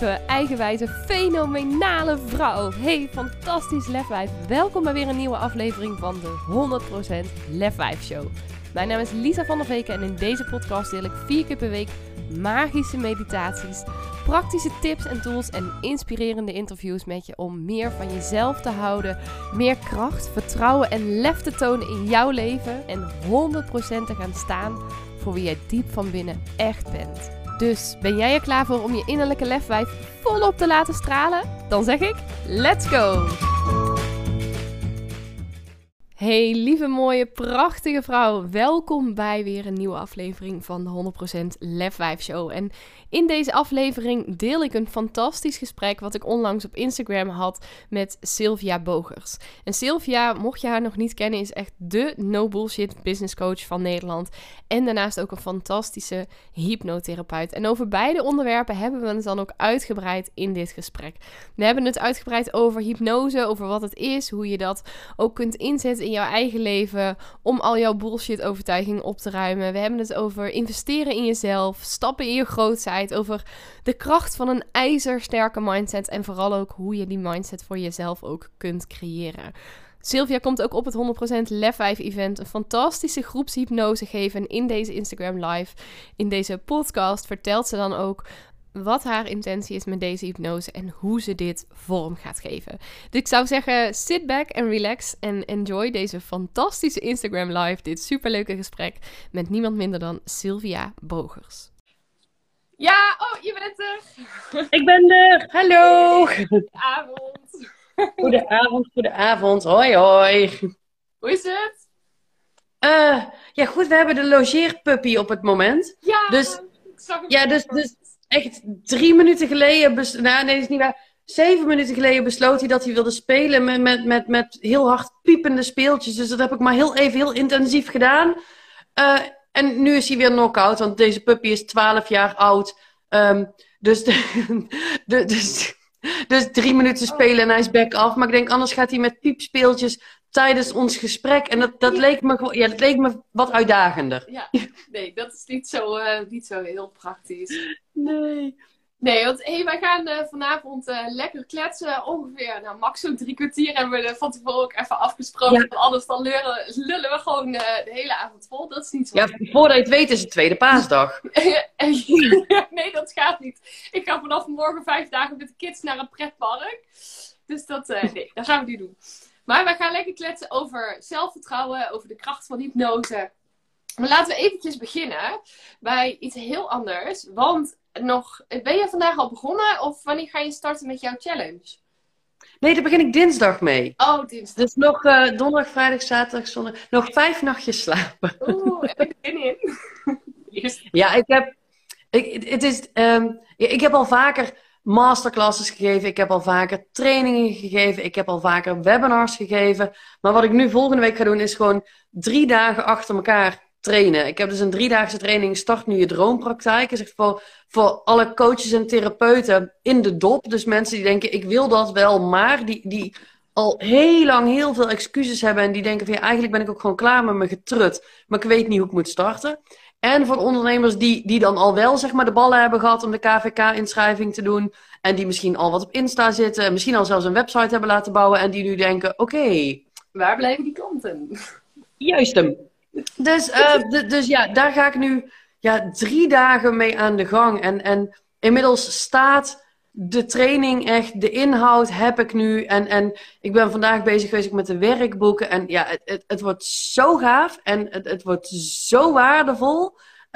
hippe, eigenwijze, fenomenale vrouw. Hey, fantastisch lefwijf. Welkom bij weer een nieuwe aflevering van de 100% Lefwijf Show. Mijn naam is Lisa van der Veken en in deze podcast deel ik 4 keer per week magische meditaties, praktische tips en tools en inspirerende interviews met je om meer van jezelf te houden, meer kracht, vertrouwen en lef te tonen in jouw leven en 100% te gaan staan voor wie jij diep van binnen echt bent. Dus ben jij er klaar voor om je innerlijke lefwijf volop te laten stralen? Dan zeg ik, let's go! Hey lieve mooie prachtige vrouw, welkom bij weer een nieuwe aflevering van de 100% Lefwijf Show. En in deze aflevering deel ik een fantastisch gesprek wat ik onlangs op Instagram had met Sylvia Bogers. En Sylvia, mocht je haar nog niet kennen, is echt de no bullshit business coach van Nederland. En daarnaast ook een fantastische hypnotherapeut. En over beide onderwerpen hebben we het dan ook uitgebreid in dit gesprek. We hebben het uitgebreid over hypnose, over wat het is, hoe je dat ook kunt inzetten in jouw eigen leven om al jouw bullshit overtuigingen op te ruimen. We hebben het over investeren in jezelf, stappen in je grootheid, over de kracht van een ijzersterke mindset en vooral ook hoe je die mindset voor jezelf ook kunt creëren. Sylvia komt ook op het 100% Lefwijf event een fantastische groepshypnose geven en in deze Instagram live, in deze podcast vertelt ze dan ook wat haar intentie is met deze hypnose en hoe ze dit vorm gaat geven. Dus ik zou zeggen, sit back en relax en enjoy deze fantastische Instagram live, dit superleuke gesprek met niemand minder dan Sylvia Bogers. Ja, oh, je bent er! Ik ben er! Hallo! Goedenavond! Goedenavond. Hoi, hoi. Hoe is het? Ja, goed, we hebben de logeerpuppy op het moment. Ja, dus, ik zag hem. Ja, dus echt 3 minuten geleden, nee, dat is niet waar. 7 minuten geleden besloot hij dat hij wilde spelen met heel hard piepende speeltjes. Dus dat heb ik maar heel intensief gedaan. En nu is hij weer knock-out, want deze puppy is 12 jaar oud. Dus 3 minuten spelen en hij is back af. Maar ik denk, anders gaat hij met piepspeeltjes tijdens ons gesprek. En dat leek me wat uitdagender. Ja, nee, dat is niet zo heel praktisch. Nee, want wij gaan vanavond lekker kletsen. Ongeveer, max zo'n 3 kwartier hebben we er van tevoren ook even afgesproken. Ja. Anders dan lullen we gewoon de hele avond vol. Dat is niet zo. Ja, voordat je het weet is het tweede paasdag. Nee, dat gaat niet. Ik ga vanaf morgen 5 dagen met de kids naar een pretpark. Dus dat gaan we niet doen. Maar wij gaan lekker kletsen over zelfvertrouwen, over de kracht van hypnose. Maar laten we eventjes beginnen bij iets heel anders. Want ben je vandaag al begonnen of wanneer ga je starten met jouw challenge? Nee, daar begin ik dinsdag mee. Oh, dinsdag. Dus nog donderdag, vrijdag, zaterdag, zondag. Nog 5 nachtjes slapen. Oeh, heb je er zin in? Ja, ik heb al vaker masterclasses gegeven. Ik heb al vaker trainingen gegeven. Ik heb al vaker webinars gegeven. Maar wat ik nu volgende week ga doen is gewoon 3 dagen achter elkaar trainen. Ik heb dus een 3-daagse training Start Nu Je Droompraktijk. Dat is echt voor alle coaches en therapeuten in de dop. Dus mensen die denken, ik wil dat wel, maar die al heel lang heel veel excuses hebben. En die denken van, ja, eigenlijk ben ik ook gewoon klaar met mijn getrut. Maar ik weet niet hoe ik moet starten. En voor ondernemers die dan al wel, zeg maar, de ballen hebben gehad om de KVK-inschrijving te doen. En die misschien al wat op Insta zitten. En misschien al zelfs een website hebben laten bouwen. En die nu denken, oké, waar blijven die klanten? Juist hem. Dus ja, daar ga ik nu 3 dagen mee aan de gang. En inmiddels staat de training echt, de inhoud heb ik nu. En ik ben vandaag bezig geweest met de werkboeken. En ja, het wordt zo gaaf en het wordt zo waardevol.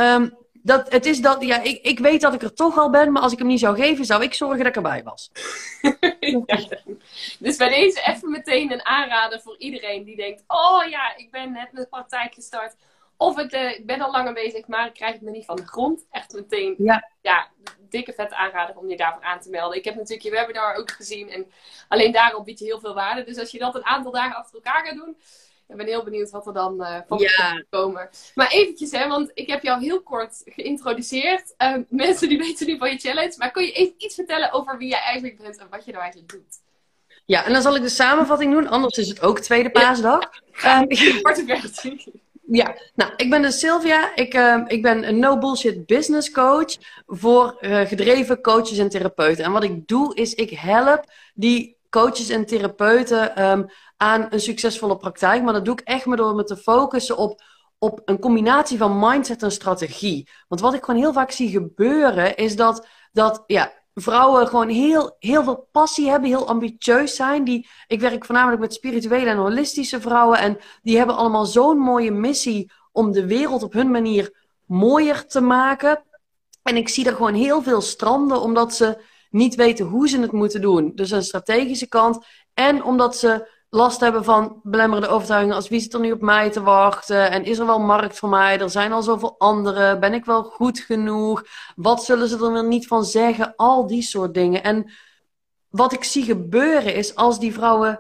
Ik weet dat ik er toch al ben, maar als ik hem niet zou geven, zou ik zorgen dat ik erbij was. Ja. Dus bij deze even meteen een aanrader voor iedereen die denkt, oh ja, ik ben net met praktijk gestart. Of ik ben al langer bezig, maar ik krijg het me niet van de grond. Echt meteen, dikke vette aanrader om je daarvoor aan te melden. Ik heb natuurlijk je webinar ook gezien en alleen daarop biedt je heel veel waarde. Dus als je dat een aantal dagen achter elkaar gaat doen, ik ben heel benieuwd wat er dan van gaat komen. Maar eventjes, want ik heb jou heel kort geïntroduceerd. Mensen die weten nu van je challenge. Maar kun je even iets vertellen over wie jij eigenlijk bent en wat je nou eigenlijk doet? Ja, en dan zal ik de samenvatting doen. Anders is het ook tweede paasdag. Korte versie. Ja, nou, ik ben dus Sylvia. Ik ben een no-bullshit business coach voor gedreven coaches en therapeuten. En wat ik doe, is ik help die coaches en therapeuten aan een succesvolle praktijk. Maar dat doe ik echt maar door me te focussen op een combinatie van mindset en strategie. Want wat ik gewoon heel vaak zie gebeuren, is dat ja, vrouwen gewoon heel veel passie hebben, heel ambitieus zijn. Ik werk voornamelijk met spirituele en holistische vrouwen. En die hebben allemaal zo'n mooie missie om de wereld op hun manier mooier te maken. En ik zie er gewoon heel veel stranden, omdat ze niet weten hoe ze het moeten doen. Dus een strategische kant. En omdat ze last hebben van belemmerende overtuigingen als wie zit er nu op mij te wachten? En is er wel markt voor mij? Er zijn al zoveel anderen. Ben ik wel goed genoeg? Wat zullen ze er wel niet van zeggen? Al die soort dingen. En wat ik zie gebeuren is, als die vrouwen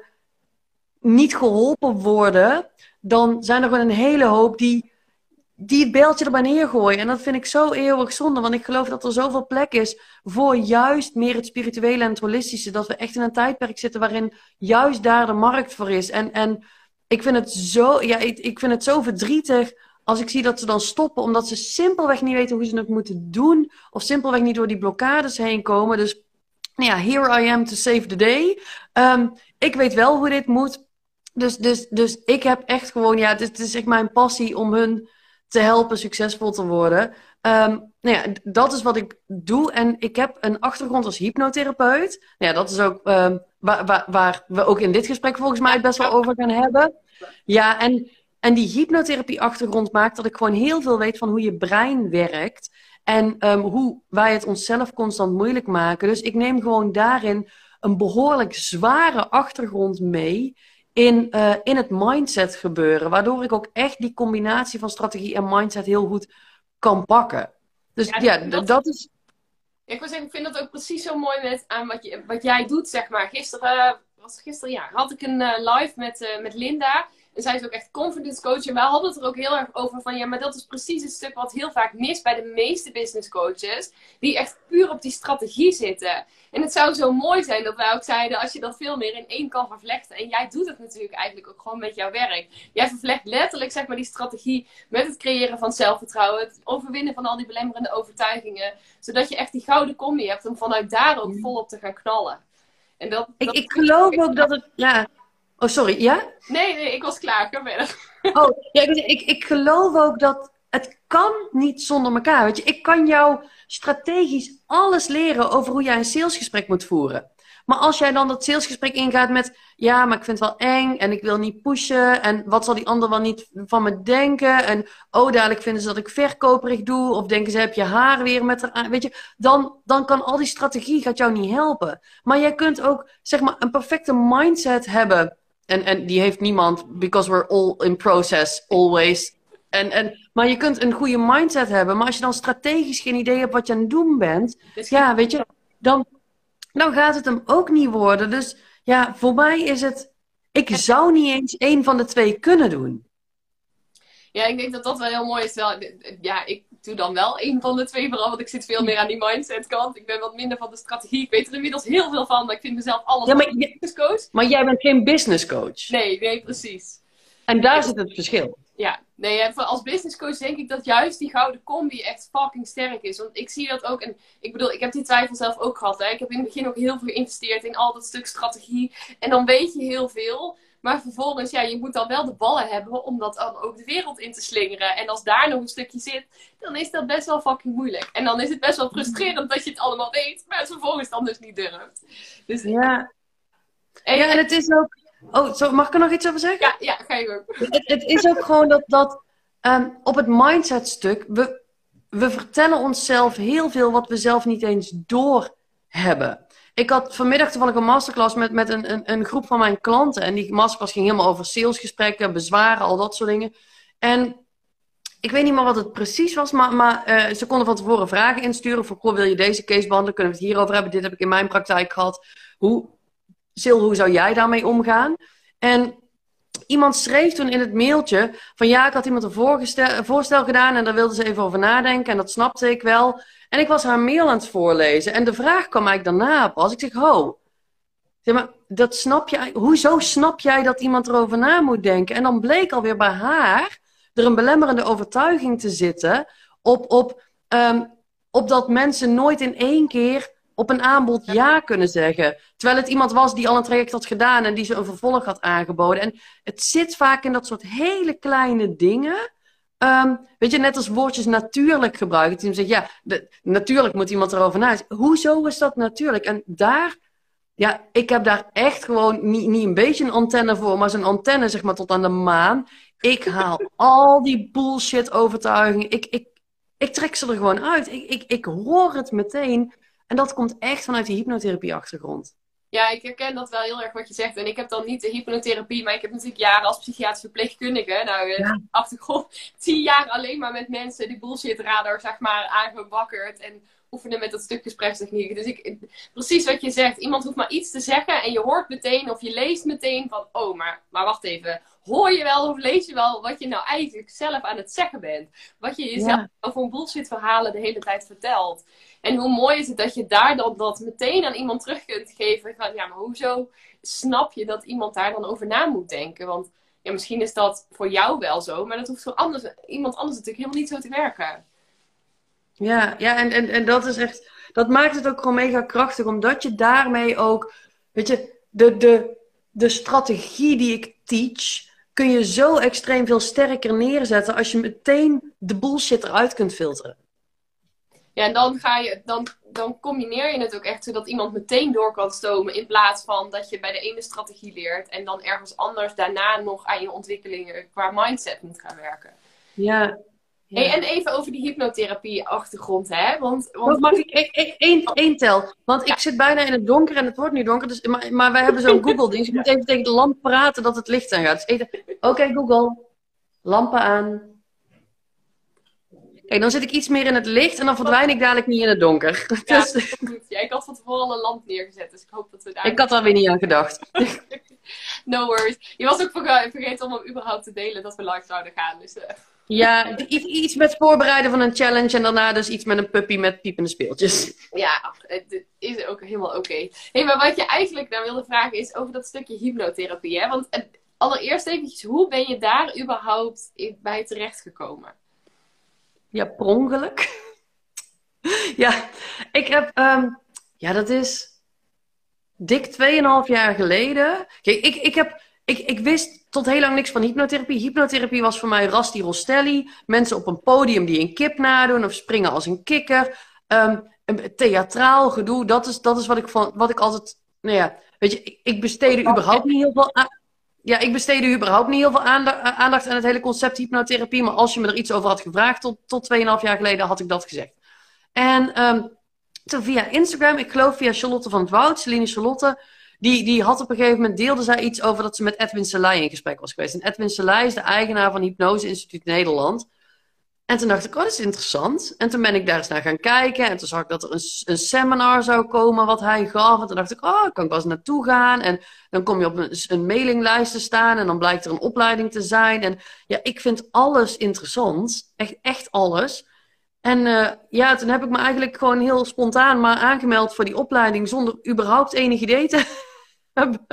niet geholpen worden, dan zijn er gewoon een hele hoop die het beeldje erbij neergooien. En dat vind ik zo eeuwig zonde, want ik geloof dat er zoveel plek is voor juist meer het spirituele en het holistische. Dat we echt in een tijdperk zitten waarin juist daar de markt voor is. En ik vind het zo, ja, ik vind het zo verdrietig als ik zie dat ze dan stoppen, omdat ze simpelweg niet weten hoe ze het moeten doen, of simpelweg niet door die blokkades heen komen. Dus nou ja, here I am to save the day. Ik weet wel hoe dit moet. Dus ik heb echt gewoon, ja, het is echt mijn passie om hun te helpen succesvol te worden. Nou ja, dat is wat ik doe. En ik heb een achtergrond als hypnotherapeut. Nou ja, dat is ook waar we ook in dit gesprek volgens mij het best wel over gaan hebben. Ja, en die hypnotherapie-achtergrond maakt dat ik gewoon heel veel weet van hoe je brein werkt. En hoe wij het onszelf constant moeilijk maken. Dus ik neem gewoon daarin een behoorlijk zware achtergrond mee in het mindset gebeuren. Waardoor ik ook echt die combinatie van strategie en mindset heel goed kan pakken. Dus ja, dat is... Ik wil zeggen, ik vind dat ook precies zo mooi aan wat jij doet, zeg maar. Gisteren had ik een live met Linda. En zij is ook echt confidence coach. En wij hadden het er ook heel erg over van, ja, maar dat is precies het stuk wat heel vaak mist bij de meeste business coaches. Die echt puur op die strategie zitten. En het zou zo mooi zijn dat wij ook zeiden, als je dat veel meer in één kan vervlechten. En jij doet het natuurlijk eigenlijk ook gewoon met jouw werk. Jij vervlecht letterlijk, zeg maar, die strategie met het creëren van zelfvertrouwen. Het overwinnen van al die belemmerende overtuigingen. Zodat je echt die gouden combi hebt om vanuit daar ook volop te gaan knallen. En ik geloof ook dat het... Ja. Oh, sorry. Ja? Nee, ik was klaar. Ga verder. Oh, ja, ik geloof ook dat het kan niet zonder elkaar. Weet je, ik kan jou strategisch alles leren over hoe jij een salesgesprek moet voeren. Maar als jij dan dat salesgesprek ingaat met... Ja, maar ik vind het wel eng en ik wil niet pushen. En wat zal die ander wel niet van me denken? En dadelijk vinden ze dat ik verkoperig doe. Of denken ze, heb je haar weer met haar... Weet je, dan kan al die strategie gaat jou niet helpen. Maar jij kunt ook, zeg maar, een perfecte mindset hebben. En die heeft niemand, because we're all in process, always. Maar je kunt een goede mindset hebben. Maar als je dan strategisch geen idee hebt wat je aan het doen bent... Ja, weet je, dan gaat het hem ook niet worden. Dus ja, voor mij is het... Ik zou niet eens één van de twee kunnen doen. Ja, ik denk dat dat wel heel mooi is. Ja, ik doe dan wel één van de twee vooral, want ik zit veel meer aan die mindset kant. Ik ben wat minder van de strategie. Ik weet er inmiddels heel veel van, maar ik vind mezelf alles een business coach. Maar jij bent geen business coach. Nee, precies. En daar zit het verschil. Ja, nee, als business coach denk ik dat juist die gouden combi echt fucking sterk is. Want ik zie dat ook, en ik bedoel, ik heb die twijfel zelf ook gehad. Hè. Ik heb in het begin ook heel veel geïnvesteerd in al dat stuk strategie. En dan weet je heel veel. Maar vervolgens, ja, je moet dan wel de ballen hebben om dat dan ook de wereld in te slingeren. En als daar nog een stukje zit, dan is dat best wel fucking moeilijk. En dan is het best wel frustrerend dat je het allemaal weet, maar het vervolgens dan dus niet durft. Dus, ja. En het is ook... Oh, mag ik er nog iets over zeggen? Ja, ga je ook. Het is ook gewoon dat op het mindset stuk, we vertellen onszelf heel veel wat we zelf niet eens doorhebben. Ik had vanmiddag toevallig een masterclass met een groep van mijn klanten. En die masterclass ging helemaal over salesgesprekken, bezwaren, al dat soort dingen. En ik weet niet meer wat het precies was, maar ze konden van tevoren vragen insturen. Voor, wil je deze case behandelen? Kunnen we het hierover hebben? Dit heb ik in mijn praktijk gehad. Sil, hoe zou jij daarmee omgaan? En iemand schreef toen in het mailtje van ja, ik had iemand een voorstel gedaan en daar wilde ze even over nadenken en dat snapte ik wel. En ik was haar mail aan het voorlezen en de vraag kwam eigenlijk daarna pas. Ik zeg, zeg maar, dat snap je, hoezo snap jij dat iemand erover na moet denken? En dan bleek alweer bij haar er een belemmerende overtuiging te zitten op dat mensen nooit in één keer op een aanbod ja kunnen zeggen. Terwijl het iemand was die al een traject had gedaan en die ze een vervolg had aangeboden. En het zit vaak in dat soort hele kleine dingen. Weet je, net als woordjes natuurlijk gebruiken. Die zegt, ja, natuurlijk moet iemand erover nadenken. Hoezo is dat natuurlijk? En daar, ja, ik heb daar echt gewoon niet een beetje een antenne voor, maar zo'n antenne zeg maar tot aan de maan. Ik haal al die bullshit overtuigingen. Ik trek ze er gewoon uit. Ik hoor het meteen. En dat komt echt vanuit die hypnotherapie-achtergrond. Ja, ik herken dat wel heel erg wat je zegt. En ik heb dan niet de hypnotherapie, maar ik heb natuurlijk jaren als psychiatrisch verpleegkundige. Nou, achtergrond 10 jaar alleen maar met mensen die bullshit-radar, zeg maar, aangewakkerd. En oefenen met dat stuk gesprekstechniek. Dus precies wat je zegt. Iemand hoeft maar iets te zeggen en je hoort meteen of je leest meteen van, oh, maar wacht even. Hoor je wel of lees je wel wat je nou eigenlijk zelf aan het zeggen bent? Wat je jezelf over een bullshit verhalen de hele tijd vertelt. En hoe mooi is het dat je daar dan dat meteen aan iemand terug kunt geven. Van, ja, maar hoezo snap je dat iemand daar dan over na moet denken? Want ja, misschien is dat voor jou wel zo, maar dat hoeft voor iemand anders natuurlijk helemaal niet zo te werken. Ja, en dat is echt, dat maakt het ook gewoon mega krachtig, omdat je daarmee ook, weet je, de strategie die ik teach, kun je zo extreem veel sterker neerzetten als je meteen de bullshit eruit kunt filteren. Ja, en dan combineer je het ook echt zodat iemand meteen door kan stomen, in plaats van dat je bij de ene strategie leert en dan ergens anders daarna nog aan je ontwikkelingen qua mindset moet gaan werken. Ja. Ja. Hey, en even over die hypnotherapie-achtergrond, hè? Want... Mag ik één tel? Want ik zit bijna in het donker en het wordt nu donker. Dus, maar wij hebben zo'n Google-ding. Dus ik moet even tegen de lamp praten dat het licht aan gaat. Dus Oké, Google. Lampen aan. Kijk, dan zit ik iets meer in het licht en dan verdwijn ik dadelijk niet in het donker. Ja, dus... dat is goed. Ja, ik had van tevoren al een lamp neergezet, dus ik hoop dat we daar... Ik had daar weer niet aan gedacht. No worries. Je was ook vergeten om hem überhaupt te delen dat we live zouden gaan, dus... Ja, iets met voorbereiden van een challenge en daarna dus iets met een puppy met piepende speeltjes. Ja, het is ook helemaal oké. Hey, maar wat je eigenlijk dan wilde vragen is over dat stukje hypnotherapie, hè? Want allereerst eventjes, hoe ben je daar überhaupt bij terechtgekomen? Ja, per ongeluk. Ja, ik heb... ja, dat is dik 2,5 jaar geleden. Kijk, ik wist tot heel lang niks van hypnotherapie. Hypnotherapie was voor mij Rasti Rostelli. Mensen op een podium die een kip nadoen of springen als een kikker. Een theatraal gedoe. Dat is wat ik altijd... Nou ja, weet je, ik besteedde überhaupt niet heel veel aan... Ja, ik besteedde überhaupt niet heel veel aandacht aan het hele concept hypnotherapie. Maar als je me er iets over had gevraagd tot 2,5 jaar geleden, had ik dat gezegd. En toen via Instagram, ik geloof via Charlotte van het Woud, Celine Charlotte, die had op een gegeven moment, deelde zij iets over dat ze met Edwin Selei in gesprek was geweest. En Edwin Selei is de eigenaar van Hypnose Instituut Nederland. En toen dacht ik, oh, dat is interessant. En toen ben ik daar eens naar gaan kijken. En toen zag ik dat er een seminar zou komen wat hij gaf. En toen dacht ik, oh, daar kan ik wel eens naartoe gaan. En dan kom je op een mailinglijst te staan. En dan blijkt er een opleiding te zijn. En ja, ik vind alles interessant. Echt alles. En ja, toen heb ik me eigenlijk gewoon heel spontaan maar aangemeld voor die opleiding. Zonder überhaupt enig idee te hebben.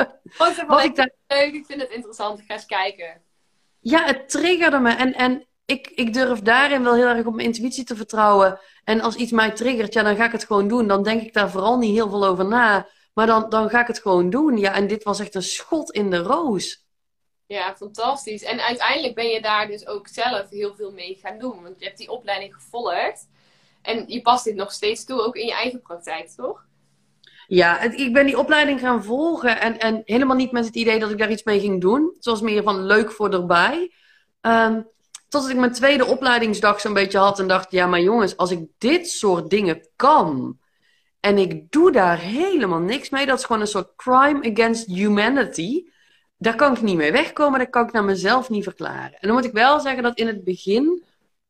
Ik vind het interessant. Ik ga eens kijken. Ja, het triggerde me. En ik durf daarin wel heel erg op mijn intuïtie te vertrouwen. En als iets mij triggert, ja, dan ga ik het gewoon doen. Dan denk ik daar vooral niet heel veel over na. Maar dan ga ik het gewoon doen. Ja, en dit was echt een schot in de roos. Ja, fantastisch. En uiteindelijk ben je daar dus ook zelf heel veel mee gaan doen. Want je hebt die opleiding gevolgd. En je past dit nog steeds toe, ook in je eigen praktijk, toch? Ja, ik ben die opleiding gaan volgen. En helemaal niet met het idee dat ik daar iets mee ging doen. Het was meer van leuk voor erbij. Totdat ik mijn tweede opleidingsdag zo'n beetje had en dacht, ja, maar jongens, als ik dit soort dingen kan en ik doe daar helemaal niks mee, dat is gewoon een soort crime against humanity. Daar kan ik niet mee wegkomen, dat kan ik naar mezelf niet verklaren. En dan moet ik wel zeggen dat in het begin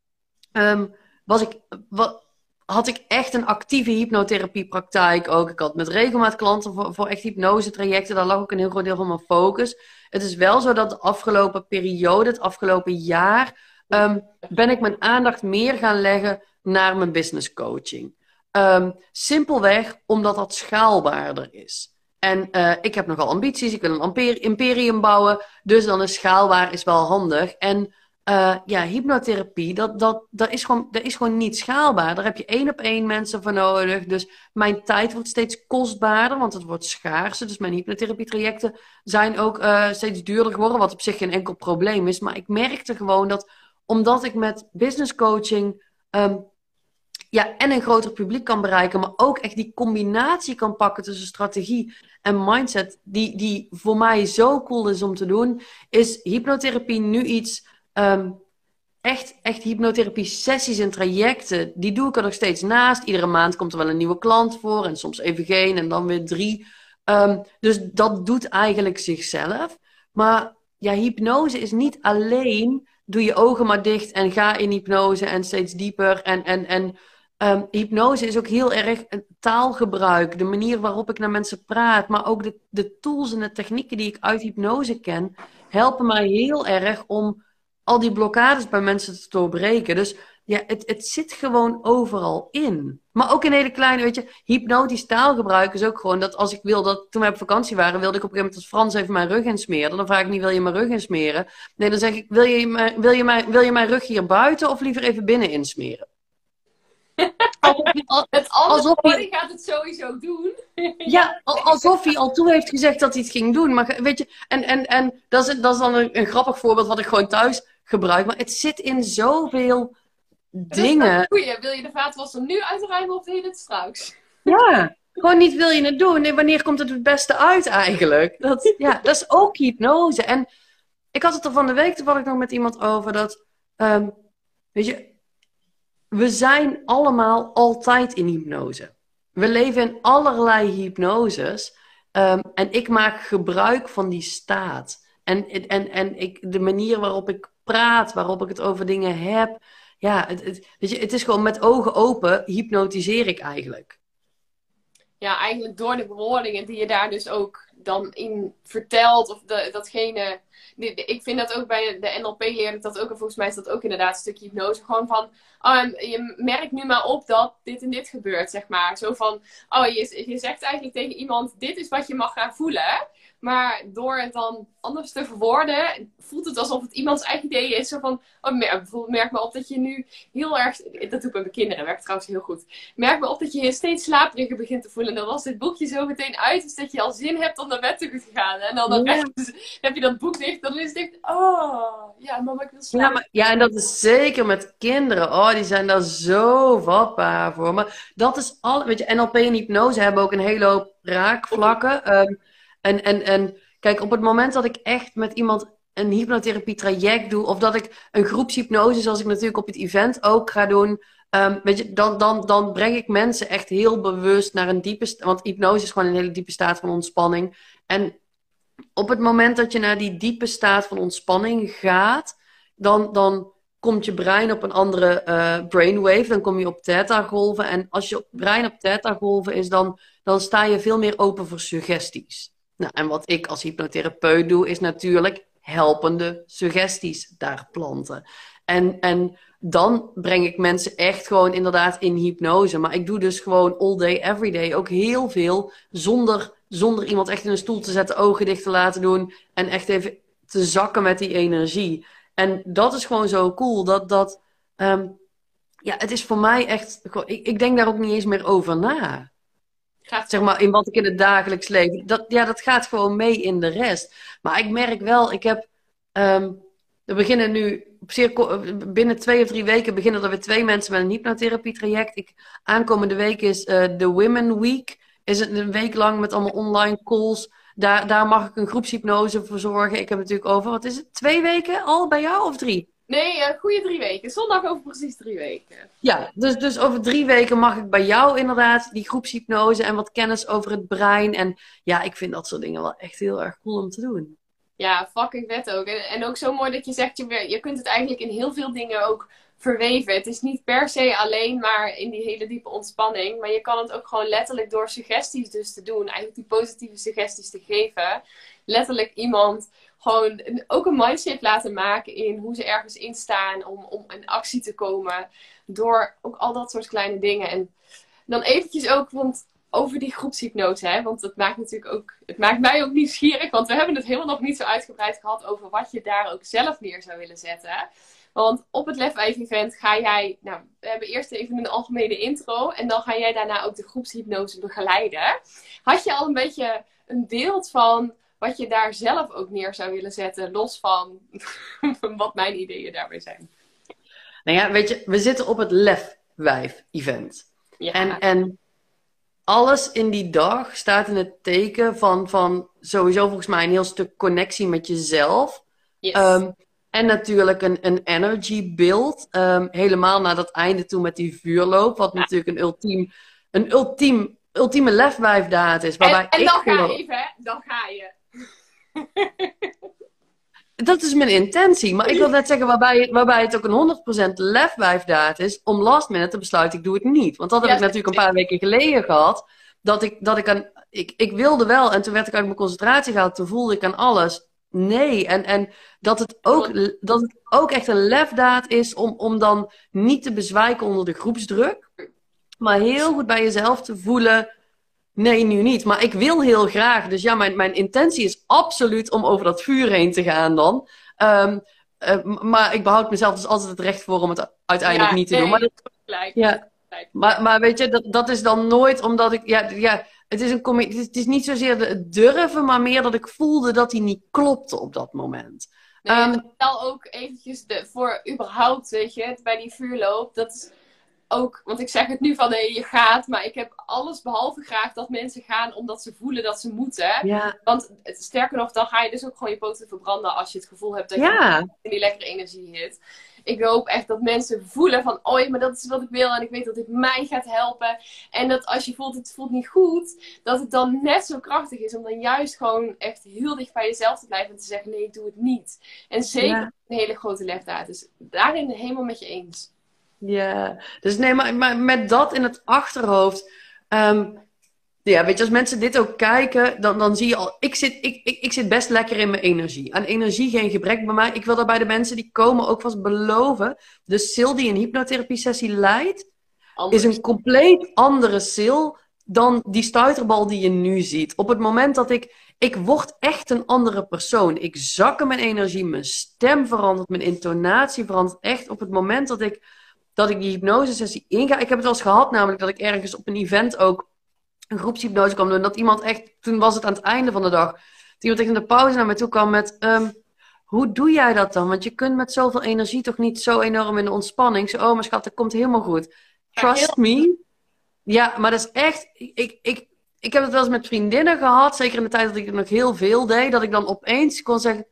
had ik echt een actieve hypnotherapiepraktijk ook. Ik had met regelmaat klanten voor echt hypnose-trajecten. Daar lag ook een heel groot deel van mijn focus. Het is wel zo dat de afgelopen periode, het afgelopen jaar, ben ik mijn aandacht meer gaan leggen naar mijn business coaching. Simpelweg omdat dat schaalbaarder is. En ik heb nogal ambities. Ik wil een imperium bouwen. Dus dan is schaalbaar is wel handig. En ja, hypnotherapie, dat is gewoon niet schaalbaar. Daar heb je 1-op-1 mensen voor nodig. Dus mijn tijd wordt steeds kostbaarder, want het wordt schaarser. Dus mijn hypnotherapietrajecten zijn ook steeds duurder geworden, wat op zich geen enkel probleem is. Maar ik merkte gewoon dat, omdat ik met business coaching ja, en een groter publiek kan bereiken, maar ook echt die combinatie kan pakken tussen strategie en mindset, die voor mij zo cool is om te doen, is hypnotherapie nu iets. Echt hypnotherapie sessies en trajecten, die doe ik er nog steeds naast. Iedere maand komt er wel een nieuwe klant voor en soms even geen en dan weer 3. Dus dat doet eigenlijk zichzelf. Maar ja, hypnose is niet alleen doe je ogen maar dicht en ga in hypnose en steeds dieper. Hypnose is ook heel erg taalgebruik, de manier waarop ik naar mensen praat, maar ook de tools en de technieken die ik uit hypnose ken, helpen mij heel erg om al die blokkades bij mensen te doorbreken. Dus ja, het zit gewoon overal in. Maar ook in hele kleine, weet je, hypnotisch taalgebruik is ook gewoon dat als ik wil dat, toen wij op vakantie waren, wilde ik op een gegeven moment dat Frans even mijn rug insmeren. Dan vraag ik niet, wil je mijn rug insmeren? Nee, dan zeg ik, wil je mijn rug hier buiten of liever even binnen insmeren? Het andere Alsof body gaat het sowieso doen. Ja, alsof hij al toe heeft gezegd dat hij het ging doen. Maar weet je, en dat is dan een grappig voorbeeld wat ik gewoon thuis gebruik. Maar het zit in zoveel dingen. Goeie, wil je de vaatwasser nu uitruimen of wil je het straks? Ja, gewoon niet wil je het doen. Nee, wanneer komt het beste uit eigenlijk? Dat is ook hypnose. En ik had het er van de week toevallig nog met iemand over dat, weet je, we zijn allemaal altijd in hypnose. We leven in allerlei hypnoses. En ik maak gebruik van die staat. En de manier waarop ik praat, waarop ik het over dingen heb. Ja, weet je, het is gewoon met ogen open hypnotiseer ik eigenlijk. Ja, eigenlijk door de bewoordingen die je daar dus ook dan in vertelt. Of datgene. Ik vind dat ook bij de NLP leer ik dat ook. En volgens mij is dat ook inderdaad een stukje hypnose. Gewoon van, je merkt nu maar op dat dit en dit gebeurt, zeg maar. Zo van, je zegt eigenlijk tegen iemand, dit is wat je mag gaan voelen. Maar door het dan anders te verwoorden, voelt het alsof het iemands eigen idee is. Zo van, bijvoorbeeld merk maar op dat je nu heel erg, dat doe ik bij mijn kinderen, werkt trouwens heel goed. Merk maar op dat je je steeds slaperiger begint te voelen. En dan als dit boekje zo meteen uit is, dat je al zin hebt om naar bed te gaan. En dan heb je dat boek dicht, dan is het echt, ja mama, ik wil slapen. Ja, en dat is zeker met kinderen. Oh, die zijn daar zo vatbaar voor. Maar dat is al, weet je, NLP en hypnose hebben ook een hele hoop raakvlakken. En kijk, op het moment dat ik echt met iemand een hypnotherapie traject doe, of dat ik een groepshypnose, zoals ik natuurlijk op het event ook ga doen, weet je, dan breng ik mensen echt heel bewust naar een diepe, want hypnose is gewoon een hele diepe staat van ontspanning. En op het moment dat je naar die diepe staat van ontspanning gaat, dan komt je brein op een andere brainwave, dan kom je op theta-golven. En als je brein op theta-golven is, dan sta je veel meer open voor suggesties. Nou, en wat ik als hypnotherapeut doe, is natuurlijk helpende suggesties daar planten. En dan breng ik mensen echt gewoon inderdaad in hypnose. Maar ik doe dus gewoon all day, every day ook heel veel zonder iemand echt in een stoel te zetten, ogen dicht te laten doen en echt even te zakken met die energie. En dat is gewoon zo cool. Ja, het is voor mij echt, ik denk daar ook niet eens meer over na. Zeg maar, in wat ik in het dagelijks leven. Dat gaat gewoon mee in de rest. Maar ik merk wel, we beginnen nu, binnen 2 of 3 weken beginnen er weer 2 mensen met een hypnotherapie traject. Aankomende week is de Women Week. Is het een week lang met allemaal online calls. Daar mag ik een groepshypnose voor zorgen. Ik heb het natuurlijk over, wat is het, 2 weken al bij jou of 3? Nee, goede 3 weken. Zondag over precies 3 weken. Ja, dus over 3 weken mag ik bij jou inderdaad die groepshypnose en wat kennis over het brein. En ja, ik vind dat soort dingen wel echt heel erg cool om te doen. Ja, fucking vet ook. En ook zo mooi dat je zegt, je kunt het eigenlijk in heel veel dingen ook verweven. Het is niet per se alleen maar in die hele diepe ontspanning. Maar je kan het ook gewoon letterlijk door suggesties dus te doen. Eigenlijk die positieve suggesties te geven. Letterlijk iemand gewoon ook een mindshift laten maken in hoe ze ergens in staan om in actie te komen. Door ook al dat soort kleine dingen. En dan eventjes ook, want over die groepshypnose, hè? Want het maakt natuurlijk ook, het maakt mij ook nieuwsgierig, want we hebben het helemaal nog niet zo uitgebreid gehad over wat je daar ook zelf neer zou willen zetten. Want op het Lef 5 event ga jij, nou, we hebben eerst even een algemene intro en dan ga jij daarna ook de groepshypnose begeleiden. Had je al een beetje een beeld van wat je daar zelf ook neer zou willen zetten, los van wat mijn ideeën daarbij zijn? Nou ja, weet je, we zitten op het Lef 5 event. Ja. En alles in die dag staat in het teken van sowieso volgens mij een heel stuk connectie met jezelf. Yes. En natuurlijk een energy build. Helemaal naar dat einde toe met die vuurloop. Wat natuurlijk een ultieme lefwijfdaad is. Waarbij En ik dan ga geloof... je even, hè? Dan ga je. Dat is mijn intentie. Maar ik wil net zeggen, waarbij het ook een 100% lefwijfdaad is. Om last minute te besluiten, ik doe het niet. Want dat heb ik natuurlijk een paar weken geleden gehad. Ik wilde wel. En toen werd ik uit mijn concentratie gehaald. Toen voelde ik aan alles. Nee. En dat het ook echt een lefdaad is om dan niet te bezwijken onder de groepsdruk. Maar heel goed bij jezelf te voelen. Nee, nu niet. Maar ik wil heel graag. Dus ja, mijn intentie is absoluut om over dat vuur heen te gaan dan. Maar ik behoud mezelf dus altijd het recht voor om het uiteindelijk niet te doen. Maar maar weet je, dat is dan nooit omdat ik... Ja, het is niet zozeer het durven, maar meer dat ik voelde dat hij niet klopte op dat moment. Nee, stel ook eventjes voor überhaupt, weet je, bij die vuurloop, dat is ook, want ik zeg het nu van nee, je gaat, maar ik heb alles behalve graag dat mensen gaan omdat ze voelen dat ze moeten. Ja. Want sterker nog, dan ga je dus ook gewoon je poten verbranden als je het gevoel hebt dat je in die lekkere energie zit. Ik hoop echt dat mensen voelen van, oh ja, maar dat is wat ik wil en ik weet dat dit mij gaat helpen. En dat als je voelt, het voelt niet goed, dat het dan net zo krachtig is om dan juist gewoon echt heel dicht bij jezelf te blijven en te zeggen, nee, ik doe het niet. En zeker een hele grote lefdaad. Dus daarin helemaal met je eens. Ja, dus nee, maar met dat in het achterhoofd. Ja, weet je, als mensen dit ook kijken, dan zie je al, ik zit best lekker in mijn energie. Aan energie geen gebrek bij mij. Ik wil daarbij de mensen die komen ook vast beloven. De sil die een hypnotherapie-sessie leidt, is een compleet andere sil dan die stuiterbal die je nu ziet. Op het moment dat ik word echt een andere persoon. Ik zak in mijn energie, mijn stem verandert, mijn intonatie verandert. Echt op het moment dat ik die hypnosesessie inga. Ik heb het wel eens gehad, namelijk dat ik ergens op een event ook een groepshypnose kwam doen. Dat iemand echt, toen was het aan het einde van de dag, dat iemand echt in de pauze naar mij toe kwam met, hoe doe jij dat dan? Want je kunt met zoveel energie toch niet zo enorm in de ontspanning. Zo, oh mijn schat, dat komt helemaal goed. Trust me. Ja, maar dat is echt, ik heb het wel eens met vriendinnen gehad, zeker in de tijd dat ik het nog heel veel deed, dat ik dan opeens kon zeggen,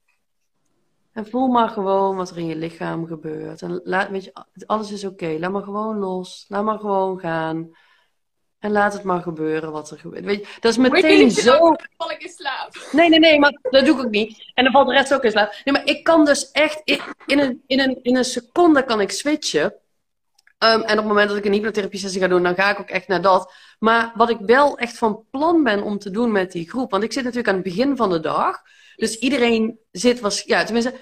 en voel maar gewoon wat er in je lichaam gebeurt. En weet je, alles is oké. Laat maar gewoon los. Laat maar gewoon gaan. En laat het maar gebeuren wat er gebeurt. Weet je, dat is meteen zo... Dan val ik in slaap. Nee, maar dat doe ik ook niet. En dan valt de rest ook in slaap. Nee, maar ik kan dus echt... In een seconde kan ik switchen. En op het moment dat ik een hypnotherapie-sessie ga doen, dan ga ik ook echt naar dat. Maar wat ik wel echt van plan ben om te doen met die groep... Want ik zit natuurlijk aan het begin van de dag... Dus iedereen zit ja, tenminste,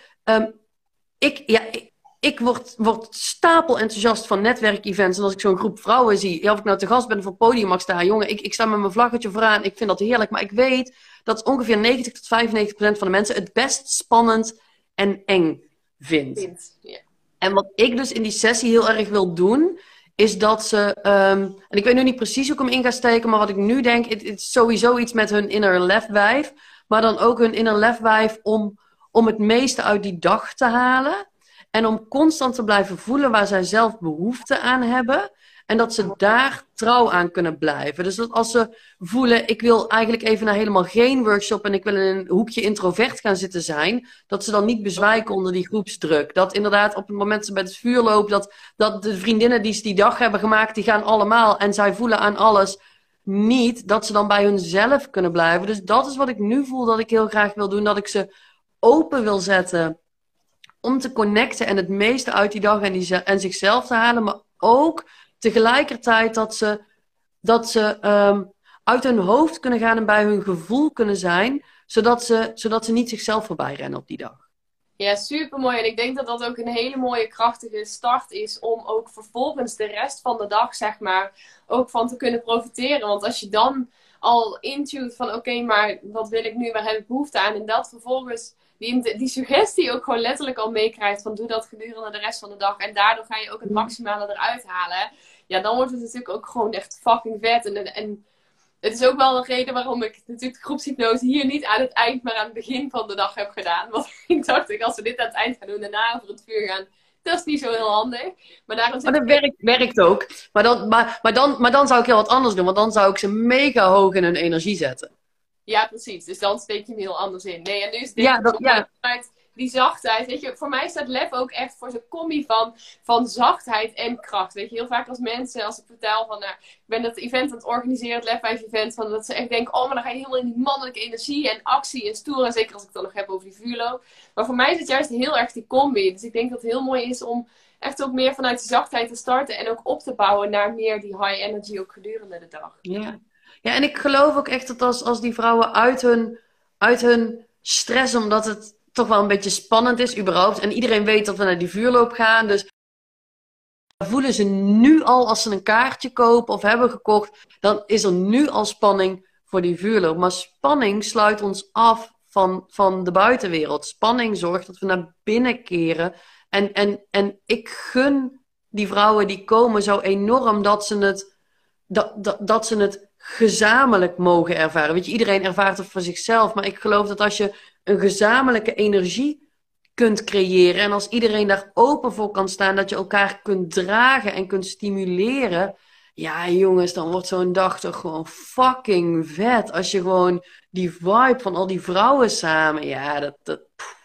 ik word stapel enthousiast van netwerkevents. En als ik zo'n groep vrouwen zie, ja, of ik nou te gast ben of op het podium mag staan, jongen, ik sta met mijn vlaggetje vooraan. Ik vind dat heerlijk. Maar ik weet dat ongeveer 90 tot 95% van de mensen het best spannend en eng vindt. En wat ik dus in die sessie heel erg wil doen, is dat ze, en ik weet nu niet precies hoe ik hem in ga steken, maar wat ik nu denk, het is sowieso iets met hun inner lefwijf. Maar dan ook hun inner lefwijf om het meeste uit die dag te halen. En om constant te blijven voelen waar zij zelf behoefte aan hebben. En dat ze daar trouw aan kunnen blijven. Dus dat als ze voelen, ik wil eigenlijk even naar helemaal geen workshop. En ik wil in een hoekje introvert gaan zitten zijn. Dat ze dan niet bezwijken onder die groepsdruk. Dat inderdaad op het moment dat ze bij het vuur lopen. Dat de vriendinnen die ze die dag hebben gemaakt, die gaan allemaal. En zij voelen aan alles niet dat ze dan bij hunzelf kunnen blijven. Dus dat is wat ik nu voel dat ik heel graag wil doen. Dat ik ze open wil zetten om te connecten en het meeste uit die dag en zichzelf te halen. Maar ook tegelijkertijd dat ze uit hun hoofd kunnen gaan en bij hun gevoel kunnen zijn. Zodat ze niet zichzelf voorbij rennen op die dag. Ja, super mooi. En ik denk dat dat ook een hele mooie, krachtige start is om ook vervolgens de rest van de dag, zeg maar, ook van te kunnen profiteren. Want als je dan al intunt van oké, maar wat wil ik nu, waar heb ik behoefte aan? En dat vervolgens die suggestie ook gewoon letterlijk al meekrijgt van doe dat gedurende de rest van de dag. En daardoor ga je ook het maximale eruit halen. Ja, dan wordt het natuurlijk ook gewoon echt fucking vet. En het is ook wel een reden waarom ik natuurlijk de groepshypnose hier niet aan het eind, maar aan het begin van de dag heb gedaan. Want ik dacht, als we dit aan het eind gaan doen en daarna over het vuur gaan, dat is niet zo heel handig. Maar daarom Maar dat werkt ook. Maar dan zou ik heel wat anders doen. Want dan zou ik ze mega hoog in hun energie zetten. Ja, precies. Dus dan steek je hem heel anders in. Nee, en nu is dit Ja. die zachtheid. Weet je, voor mij staat lef ook echt voor zo'n combi van zachtheid en kracht. Weet je, heel vaak als mensen, als ik vertel van, nou, ik ben dat event aan het organiseren, het Lef 5 event, van dat ze echt denken, oh, maar dan ga je helemaal in die mannelijke energie en actie en stoer. En zeker als ik het dan nog heb over die vuurloop. Maar voor mij is het juist heel erg die combi. Dus ik denk dat het heel mooi is om echt ook meer vanuit die zachtheid te starten en ook op te bouwen naar meer die high energy ook gedurende de dag. Ja. Ja, en ik geloof ook echt dat als die vrouwen uit hun stress, omdat het toch wel een beetje spannend is, überhaupt. En iedereen weet dat we naar die vuurloop gaan. Dus voelen ze nu al, als ze een kaartje kopen of hebben gekocht, dan is er nu al spanning voor die vuurloop. Maar spanning sluit ons af van de buitenwereld. Spanning zorgt dat we naar binnen keren. En ik gun die vrouwen die komen zo enorm dat ze het gezamenlijk mogen ervaren. Weet je, iedereen ervaart het voor zichzelf. Maar ik geloof dat als je een gezamenlijke energie kunt creëren en als iedereen daar open voor kan staan, dat je elkaar kunt dragen en kunt stimuleren. Ja, jongens, dan wordt zo'n dag toch gewoon fucking vet. Als je gewoon die vibe van al die vrouwen samen, ja, dat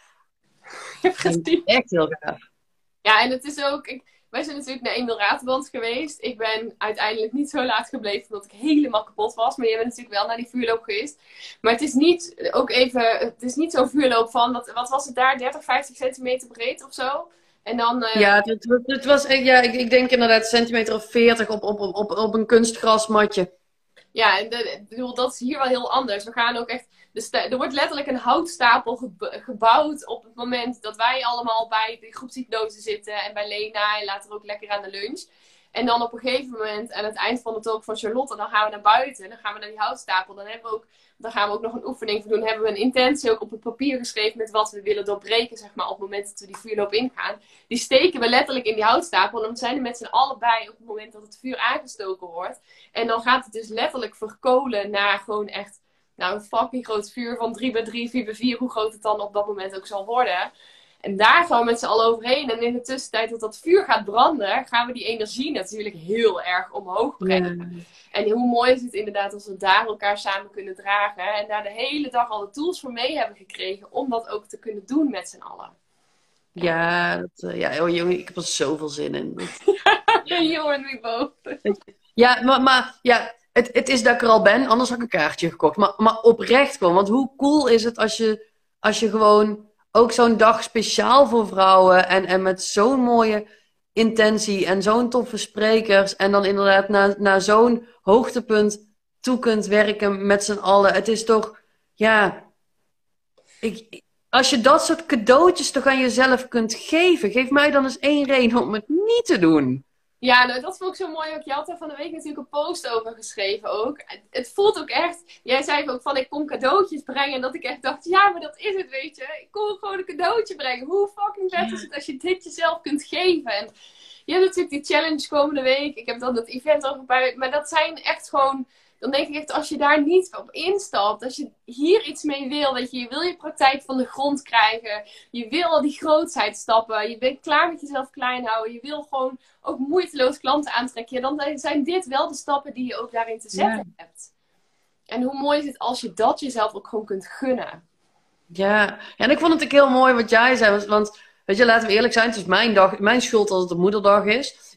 echt heel gaaf. Ja, en het is ook, wij zijn natuurlijk naar Emil Raterband geweest. Ik ben uiteindelijk niet zo laat gebleven omdat ik helemaal kapot was. Maar jij bent natuurlijk wel naar die vuurloop geweest. Maar het is niet, ook even, het is niet zo'n vuurloop van, wat was het daar, 30, 50 centimeter breed of zo? En dan... Ja, het was, ja, ik denk inderdaad centimeter of 40 op een kunstgrasmatje. Ja, en ik bedoel, dat is hier wel heel anders. We gaan ook echt... er wordt letterlijk een houtstapel gebouwd op het moment dat wij allemaal bij de groepshypnose zitten. En bij Lena en later ook lekker aan de lunch. En dan op een gegeven moment, aan het eind van de talk van Charlotte, dan gaan we naar buiten. Dan gaan we naar die houtstapel. Dan gaan we ook nog een oefening voor doen. Hebben we een intentie ook op het papier geschreven met wat we willen doorbreken, zeg maar, op het moment dat we die vuurloop ingaan. Die steken we letterlijk in die houtstapel. En dan zijn we met z'n allen bij op het moment dat het vuur aangestoken wordt. En dan gaat het dus letterlijk verkolen naar gewoon echt, nou, een fucking groot vuur van 3 bij 3, 4 bij 4, hoe groot het dan op dat moment ook zal worden. En daar gaan we met z'n allen overheen. En in de tussentijd dat dat vuur gaat branden, gaan we die energie natuurlijk heel erg omhoog brengen. Ja. En hoe mooi is het inderdaad als we daar elkaar samen kunnen dragen. En daar de hele dag al de tools voor mee hebben gekregen om dat ook te kunnen doen met z'n allen. Ja, oh, jongen, ik heb er zoveel zin in. Ja, jongen, wie boven. Ja, maar ja, het is dat ik er al ben, anders had ik een kaartje gekocht. Maar oprecht gewoon, want hoe cool is het als je gewoon ook zo'n dag speciaal voor vrouwen en met zo'n mooie intentie en zo'n toffe sprekers en dan inderdaad naar zo'n hoogtepunt toe kunt werken met z'n allen. Het is toch, ja, als je dat soort cadeautjes toch aan jezelf kunt geven, geef mij dan eens 1 reden om het niet te doen. Ja, nou, dat vond ik zo mooi ook. Je had er van de week natuurlijk een post over geschreven ook. Het voelt ook echt... Jij zei ook van, ik kom cadeautjes brengen. En dat ik echt dacht, ja, maar dat is het, weet je. Ik kom gewoon een cadeautje brengen. Hoe fucking vet is het als je dit jezelf kunt geven? En je hebt natuurlijk die challenge komende week. Ik heb dan dat event ook bij. Maar dat zijn echt gewoon... Dan denk ik echt, als je daar niet op instapt, als je hier iets mee wil, weet je wil je praktijk van de grond krijgen, je wil al die grootheid stappen, je bent klaar met jezelf klein houden, je wil gewoon ook moeiteloos klanten aantrekken, dan zijn dit wel de stappen die je ook daarin te zetten hebt. En hoe mooi is het als je dat jezelf ook gewoon kunt gunnen. Ja, en ik vond het ook heel mooi wat jij zei, want weet je, laten we eerlijk zijn, het is mijn dag, mijn schuld als het een moederdag is.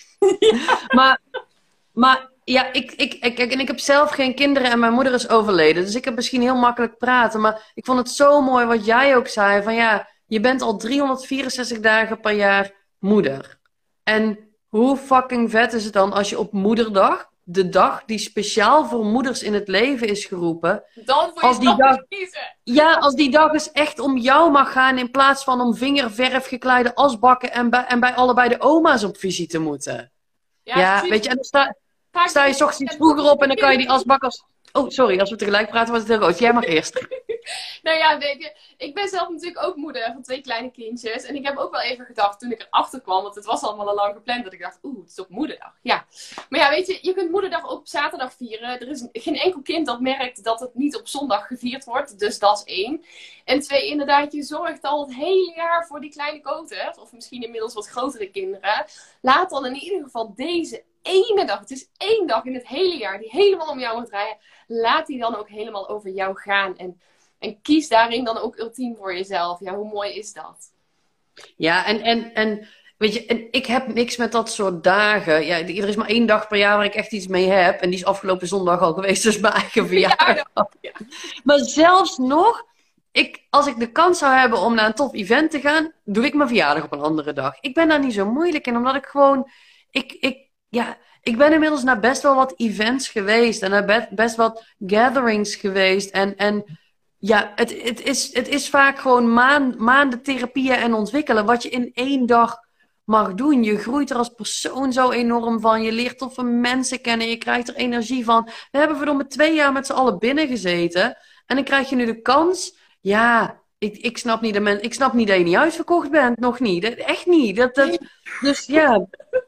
Ja. Maar ja, ik heb zelf geen kinderen en mijn moeder is overleden. Dus ik heb misschien heel makkelijk praten. Maar ik vond het zo mooi wat jij ook zei. Van ja, je bent al 364 dagen per jaar moeder. En hoe fucking vet is het dan als je op moederdag de dag die speciaal voor moeders in het leven is geroepen. Dan voor Als die jezelf dag, kiezen. ja, als die dag eens echt om jou mag gaan in plaats van om vingerverf gekleide asbakken en bij allebei de oma's op visite moeten. Ja, precies. weet je, en dan sta je 's ochtends vroeger op en dan kan je die asbakkers... Oh, sorry, als we tegelijk praten was het heel rood. Jij mag eerst. Nou ja, weet je, ik ben zelf natuurlijk ook moeder van 2 kleine kindjes. En ik heb ook wel even gedacht, toen ik erachter kwam, want het was allemaal al lang gepland, dat ik dacht, het is toch moederdag. Ja. Maar ja, weet je, je kunt moederdag ook op zaterdag vieren. Er is geen enkel kind dat merkt dat het niet op zondag gevierd wordt. Dus dat is 1. En 2, inderdaad, je zorgt al het hele jaar voor die kleine koters. Of misschien inmiddels wat grotere kinderen. Laat dan in ieder geval deze ene dag, het is 1 dag in het hele jaar, die helemaal om jou moet draaien. Laat die dan ook helemaal over jou gaan. En kies daarin dan ook ultiem voor jezelf. Ja, hoe mooi is dat? Ja, en weet je, en ik heb niks met dat soort dagen. Ja, er is maar 1 dag per jaar waar ik echt iets mee heb. En die is afgelopen zondag al geweest, dus mijn eigen verjaardag. Ja. Maar zelfs nog, als ik de kans zou hebben om naar een tof event te gaan, doe ik mijn verjaardag op een andere dag. Ik ben daar niet zo moeilijk in, omdat ik gewoon... Ik ben inmiddels naar best wel wat events geweest. En naar best wat gatherings geweest. En ja, het is vaak gewoon maanden therapieën en ontwikkelen. Wat je in 1 dag mag doen. Je groeit er als persoon zo enorm van. Je leert toffe mensen kennen. Je krijgt er energie van. We hebben verdomme 2 jaar met z'n allen binnen gezeten. En dan krijg je nu de kans. Ja, ik snap niet dat je niet uitverkocht bent. Nog niet. Echt niet. Dus ja...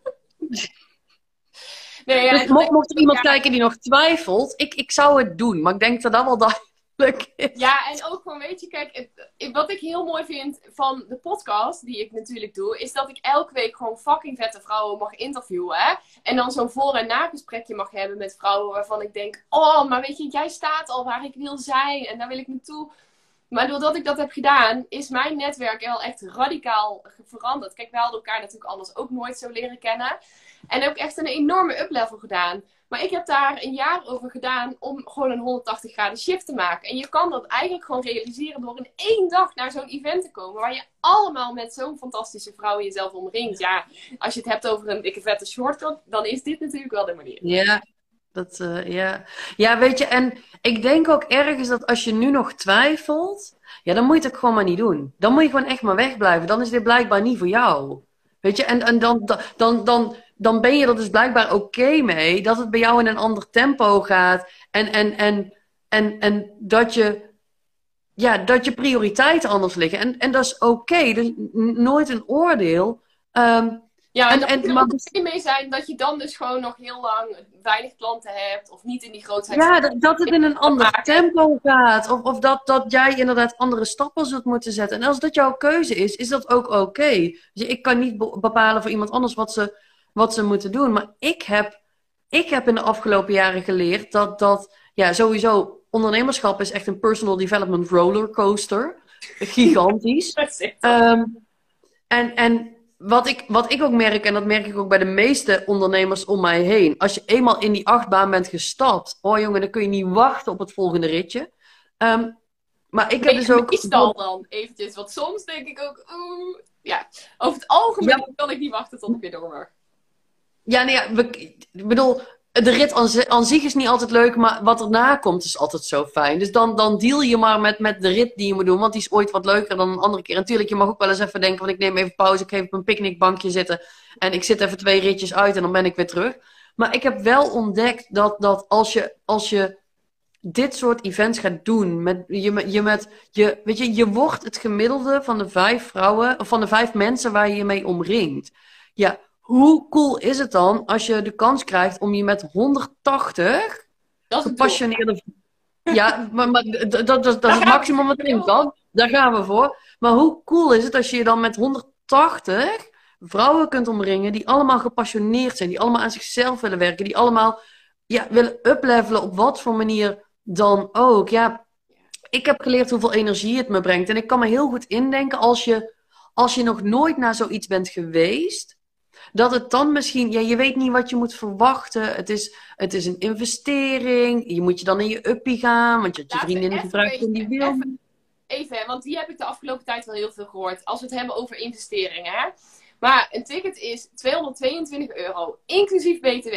Nee, ja, dus mocht er iemand kijken die nog twijfelt, ik zou het doen. Maar ik denk dat dat wel duidelijk is. Ja, en ook gewoon, weet je, kijk, wat ik heel mooi vind van de podcast, die ik natuurlijk doe, is dat ik elke week gewoon fucking vette vrouwen mag interviewen. Hè? En dan zo'n voor- en nagesprekje mag hebben met vrouwen waarvan ik denk, oh, maar weet je, jij staat al waar ik wil zijn en daar wil ik naartoe. Maar doordat ik dat heb gedaan, is mijn netwerk wel echt radicaal veranderd. Kijk, we hadden elkaar natuurlijk anders ook nooit zo leren kennen. En ook echt een enorme uplevel gedaan. Maar ik heb daar een jaar over gedaan om gewoon een 180 graden shift te maken. En je kan dat eigenlijk gewoon realiseren door in 1 dag naar zo'n event te komen. Waar je allemaal met zo'n fantastische vrouw jezelf omringt. Ja, als je het hebt over een dikke vette shortcut, dan is dit natuurlijk wel de manier. Ja, ja, weet je, en ik denk ook ergens dat als je nu nog twijfelt, ja, dan moet je het ook gewoon maar niet doen. Dan moet je gewoon echt maar wegblijven. Dan is dit blijkbaar niet voor jou. Weet je, en dan ben je er dus blijkbaar oké mee dat het bij jou in een ander tempo gaat. En dat je prioriteiten anders liggen. En dat is oké. Dus nooit een oordeel. Ja, en dat er ook oké mee zijn dat je dan dus gewoon nog heel lang weinig klanten hebt. Of niet in die grootheid. Ja, dat het in een ander tempo gaat. Of dat jij inderdaad andere stappen zult moeten zetten. En als dat jouw keuze is dat ook oké. Dus ik kan niet bepalen voor iemand anders wat ze moeten doen. Maar ik heb in de afgelopen jaren geleerd dat ja, sowieso ondernemerschap is echt een personal development rollercoaster. Gigantisch. En wat ik ook merk, en dat merk ik ook bij de meeste ondernemers om mij heen. Als je eenmaal in die achtbaan bent gestapt, oh jongen, dan kun je niet wachten op het volgende ritje. Maar ik heb dus ook... Meestal dan eventjes, want soms denk ik ook, ja, over het algemeen kan ik niet wachten tot ik weer door mag. Ja, nee, ik bedoel, de rit aan zich is niet altijd leuk, maar wat erna komt is altijd zo fijn. Dus dan deal je maar met de rit die je moet doen, want die is ooit wat leuker dan een andere keer. En natuurlijk, je mag ook wel eens even denken, want ik neem even pauze, ik ga even op een picknickbankje zitten en ik zit even 2 ritjes uit en dan ben ik weer terug. Maar ik heb wel ontdekt dat als je dit soort events gaat doen, weet je wordt het gemiddelde van de 5 vrouwen, of van de 5 mensen waar je je mee omringt. Ja, hoe cool is het dan als je de kans krijgt om je met 180 gepassioneerde... Ja, maar dat is het maximum wat erin kan. Daar gaan we voor. Maar hoe cool is het als je je dan met 180 vrouwen kunt omringen die allemaal gepassioneerd zijn, die allemaal aan zichzelf willen werken, die allemaal willen uplevelen op wat voor manier dan ook. Ja, ik heb geleerd hoeveel energie het me brengt. En ik kan me heel goed indenken als je nog nooit naar zoiets bent geweest, dat het dan misschien... Ja, je weet niet wat je moet verwachten. Het is een investering. Je moet je dan in je uppie gaan. Want je had je vriendin gevraagd en die wil... Even, want die heb ik de afgelopen tijd wel heel veel gehoord. Als we het hebben over investeringen. Hè? Maar een ticket is €222. Inclusief BTW.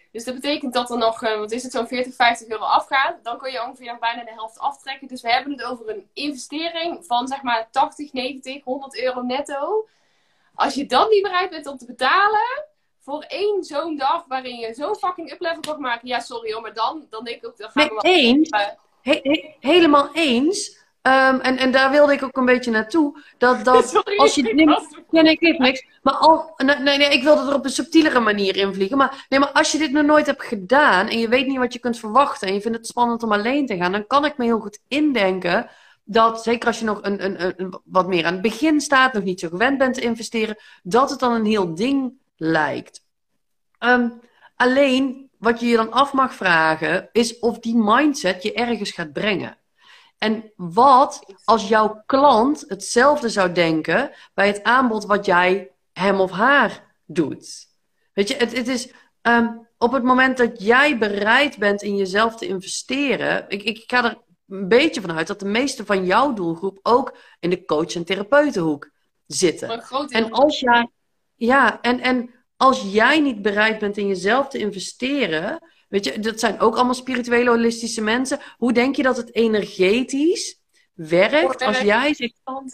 Dus dat betekent dat er nog, wat is het, zo'n 40, 50 euro afgaat. Dan kun je ongeveer nog bijna de helft aftrekken. Dus we hebben het over een investering van zeg maar 80, 90, 100 euro netto. Als je dan niet bereid bent om te betalen voor één zo'n dag waarin je zo'n fucking uplevel kan maken. Ja, sorry hoor, maar dan denk ik ook, dan gaan Nee, we wel... eens. Helemaal eens. En daar wilde ik ook een beetje naartoe. Dat Sorry, als je. ik Nee, was... nee, ik geef niks. Maar nee, ik wilde er op een subtielere manier invliegen. Maar als je dit nog nooit hebt gedaan en je weet niet wat je kunt verwachten en je vindt het spannend om alleen te gaan, dan kan ik me heel goed indenken dat, zeker als je nog wat meer aan het begin staat, nog niet zo gewend bent te investeren, dat het dan een heel ding lijkt. Alleen, wat je je dan af mag vragen, is of die mindset je ergens gaat brengen. En wat als jouw klant hetzelfde zou denken bij het aanbod wat jij hem of haar doet? Weet je, het is op het moment dat jij bereid bent in jezelf te investeren. Ik ga er een beetje van uit dat de meeste van jouw doelgroep ook in de coach- en therapeutenhoek zitten. Een groot En deel. als jij, ja, en als jij niet bereid bent in jezelf te investeren. Weet je, dat zijn ook allemaal spirituele, holistische mensen. Hoe denk je dat het energetisch werkt als jij zegt...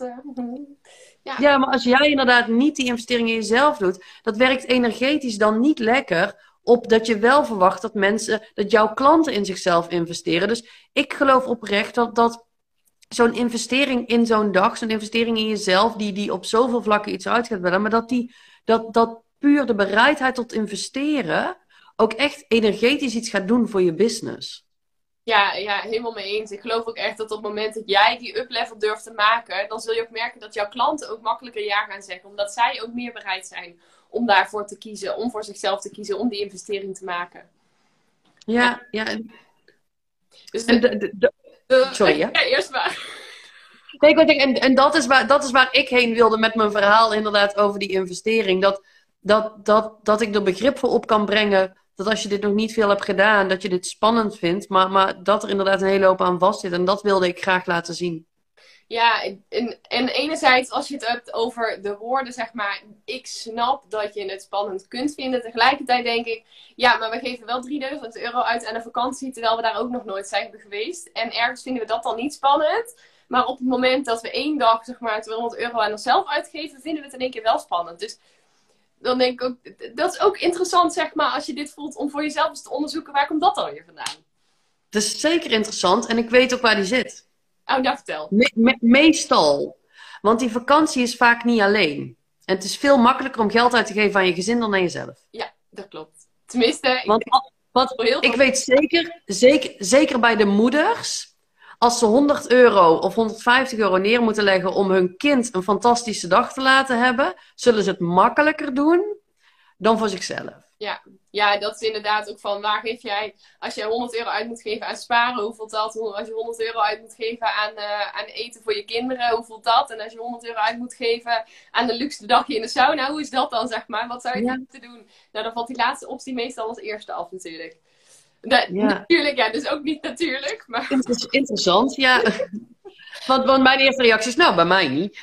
Ja. Ja, maar als jij inderdaad niet die investering in jezelf doet, dat werkt energetisch dan niet lekker op dat je wel verwacht dat dat jouw klanten in zichzelf investeren. Dus ik geloof oprecht dat zo'n investering in zo'n dag, zo'n investering in jezelf, die op zoveel vlakken iets uit gaat bellen, maar dat puur de bereidheid tot investeren ook echt energetisch iets gaat doen voor je business. Ja, helemaal mee eens. Ik geloof ook echt dat op het moment dat jij die uplevel durft te maken, dan zul je ook merken dat jouw klanten ook makkelijker ja gaan zeggen. Omdat zij ook meer bereid zijn om daarvoor te kiezen, om voor zichzelf te kiezen, om die investering te maken. Ja. Dus sorry, ja. Eerst maar. Nee, ik wil zeggen, en dat is waar ik heen wilde met mijn verhaal, inderdaad, over die investering. Dat ik er begrip voor op kan brengen dat als je dit nog niet veel hebt gedaan, dat je dit spannend vindt, maar dat er inderdaad een hele hoop aan vast zit. En dat wilde ik graag laten zien. Ja, en enerzijds als je het hebt over de woorden, zeg maar, ik snap dat je het spannend kunt vinden. Tegelijkertijd denk ik, ja, maar we geven wel 3000 euro uit aan een vakantie, terwijl we daar ook nog nooit zijn geweest. En ergens vinden we dat dan niet spannend. Maar op het moment dat we één dag, zeg maar, 200 euro aan onszelf uitgeven, vinden we het in één keer wel spannend. Dus dan denk ik ook, dat is ook interessant, zeg maar, als je dit voelt, om voor jezelf eens te onderzoeken, waar komt dat dan weer vandaan? Dat is zeker interessant en ik weet ook waar die zit. Oh, nou vertel. Meestal. Want die vakantie is vaak niet alleen. En het is veel makkelijker om geld uit te geven aan je gezin dan aan jezelf. Ja, dat klopt. Tenminste, ik weet zeker bij de moeders, als ze 100 euro of 150 euro neer moeten leggen om hun kind een fantastische dag te laten hebben, zullen ze het makkelijker doen dan voor zichzelf. Ja, dat is inderdaad ook van, waar geef jij, als jij 100 euro uit moet geven aan sparen, hoe voelt dat? Als je 100 euro uit moet geven aan eten voor je kinderen, hoe voelt dat? En als je 100 euro uit moet geven aan een luxe dagje in de sauna, hoe is dat dan, zeg maar? Wat zou je moeten doen? Nou, dan valt die laatste optie meestal als eerste af natuurlijk. Natuurlijk, ja, dus ook niet natuurlijk. Maar... Interessant, ja. Want mijn eerste reactie is, nou, bij mij niet.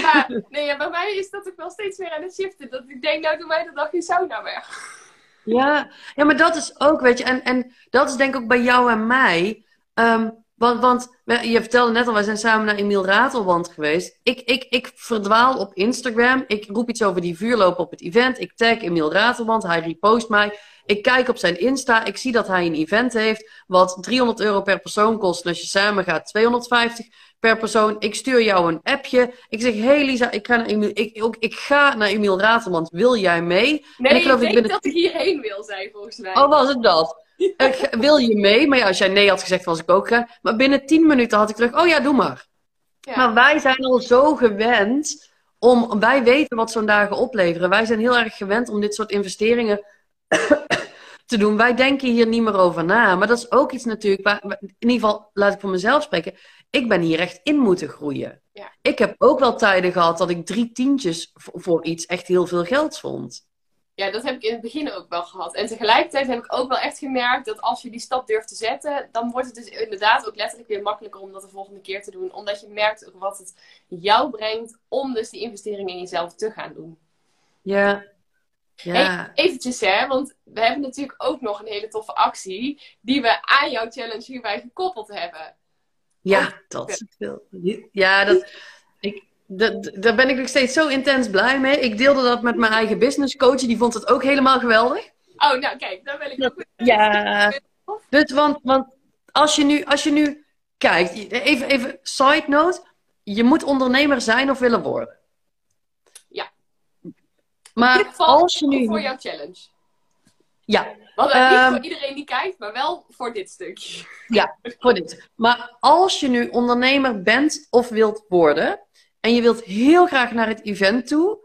Bij mij is dat ook wel steeds meer aan het shiften. Dat ik denk, nou, doe mij de dag in sauna weg. Ja, maar dat is ook, weet je, en dat is denk ik ook bij jou en mij. Want je vertelde net al, wij zijn samen naar Emiel Ratelband geweest. Ik verdwaal op Instagram. Ik roep iets over die vuurloop op het event. Ik tag Emiel Ratelband. Hij repost mij. Ik kijk op zijn Insta. Ik zie dat hij een event heeft wat 300 euro per persoon kost. En als je samen gaat, 250 per persoon. Ik stuur jou een appje. Ik zeg, hey Lisa, ik ga naar Emiel Ratelband. Wil jij mee? Nee, en ik denk dat ik hierheen wil zijn, volgens mij. Oh, was het dat? Wil je mee? Maar ja, als jij nee had gezegd, was ik ook gaan. Maar binnen 10 minuten had ik terug, oh ja, doe maar. Ja. Maar wij zijn al zo gewend wij weten wat zo'n dagen opleveren. Wij zijn heel erg gewend om dit soort investeringen te doen. Wij denken hier niet meer over na. Maar dat is ook iets natuurlijk, in ieder geval, laat ik voor mezelf spreken. Ik ben hier echt in moeten groeien. Ja. Ik heb ook wel tijden gehad dat ik 3 tientjes voor iets echt heel veel geld vond. Ja, dat heb ik in het begin ook wel gehad. En tegelijkertijd heb ik ook wel echt gemerkt dat als je die stap durft te zetten, dan wordt het dus inderdaad ook letterlijk weer makkelijker om dat de volgende keer te doen. Omdat je merkt wat het jou brengt om dus die investering in jezelf te gaan doen. Ja. Hey, Ja, eventjes hè, want we hebben natuurlijk ook nog een hele toffe actie die we aan jouw challenge hierbij gekoppeld hebben. Ook ja, dat. Ja, daar ben ik nog steeds zo intens blij mee. Ik deelde dat met mijn eigen business coach. Die vond het ook helemaal geweldig. Oh, nou kijk, daar ben ik ook Ja. weer. Dus, want als je nu kijkt, even side note. Je moet ondernemer zijn of willen worden. Ja, in ieder Maar geval als je nu... voor jouw challenge. Ja, Want niet voor iedereen die kijkt, maar wel voor dit stukje. ja, voor dit. Maar als je nu ondernemer bent of wilt worden... en je wilt heel graag naar het event toe...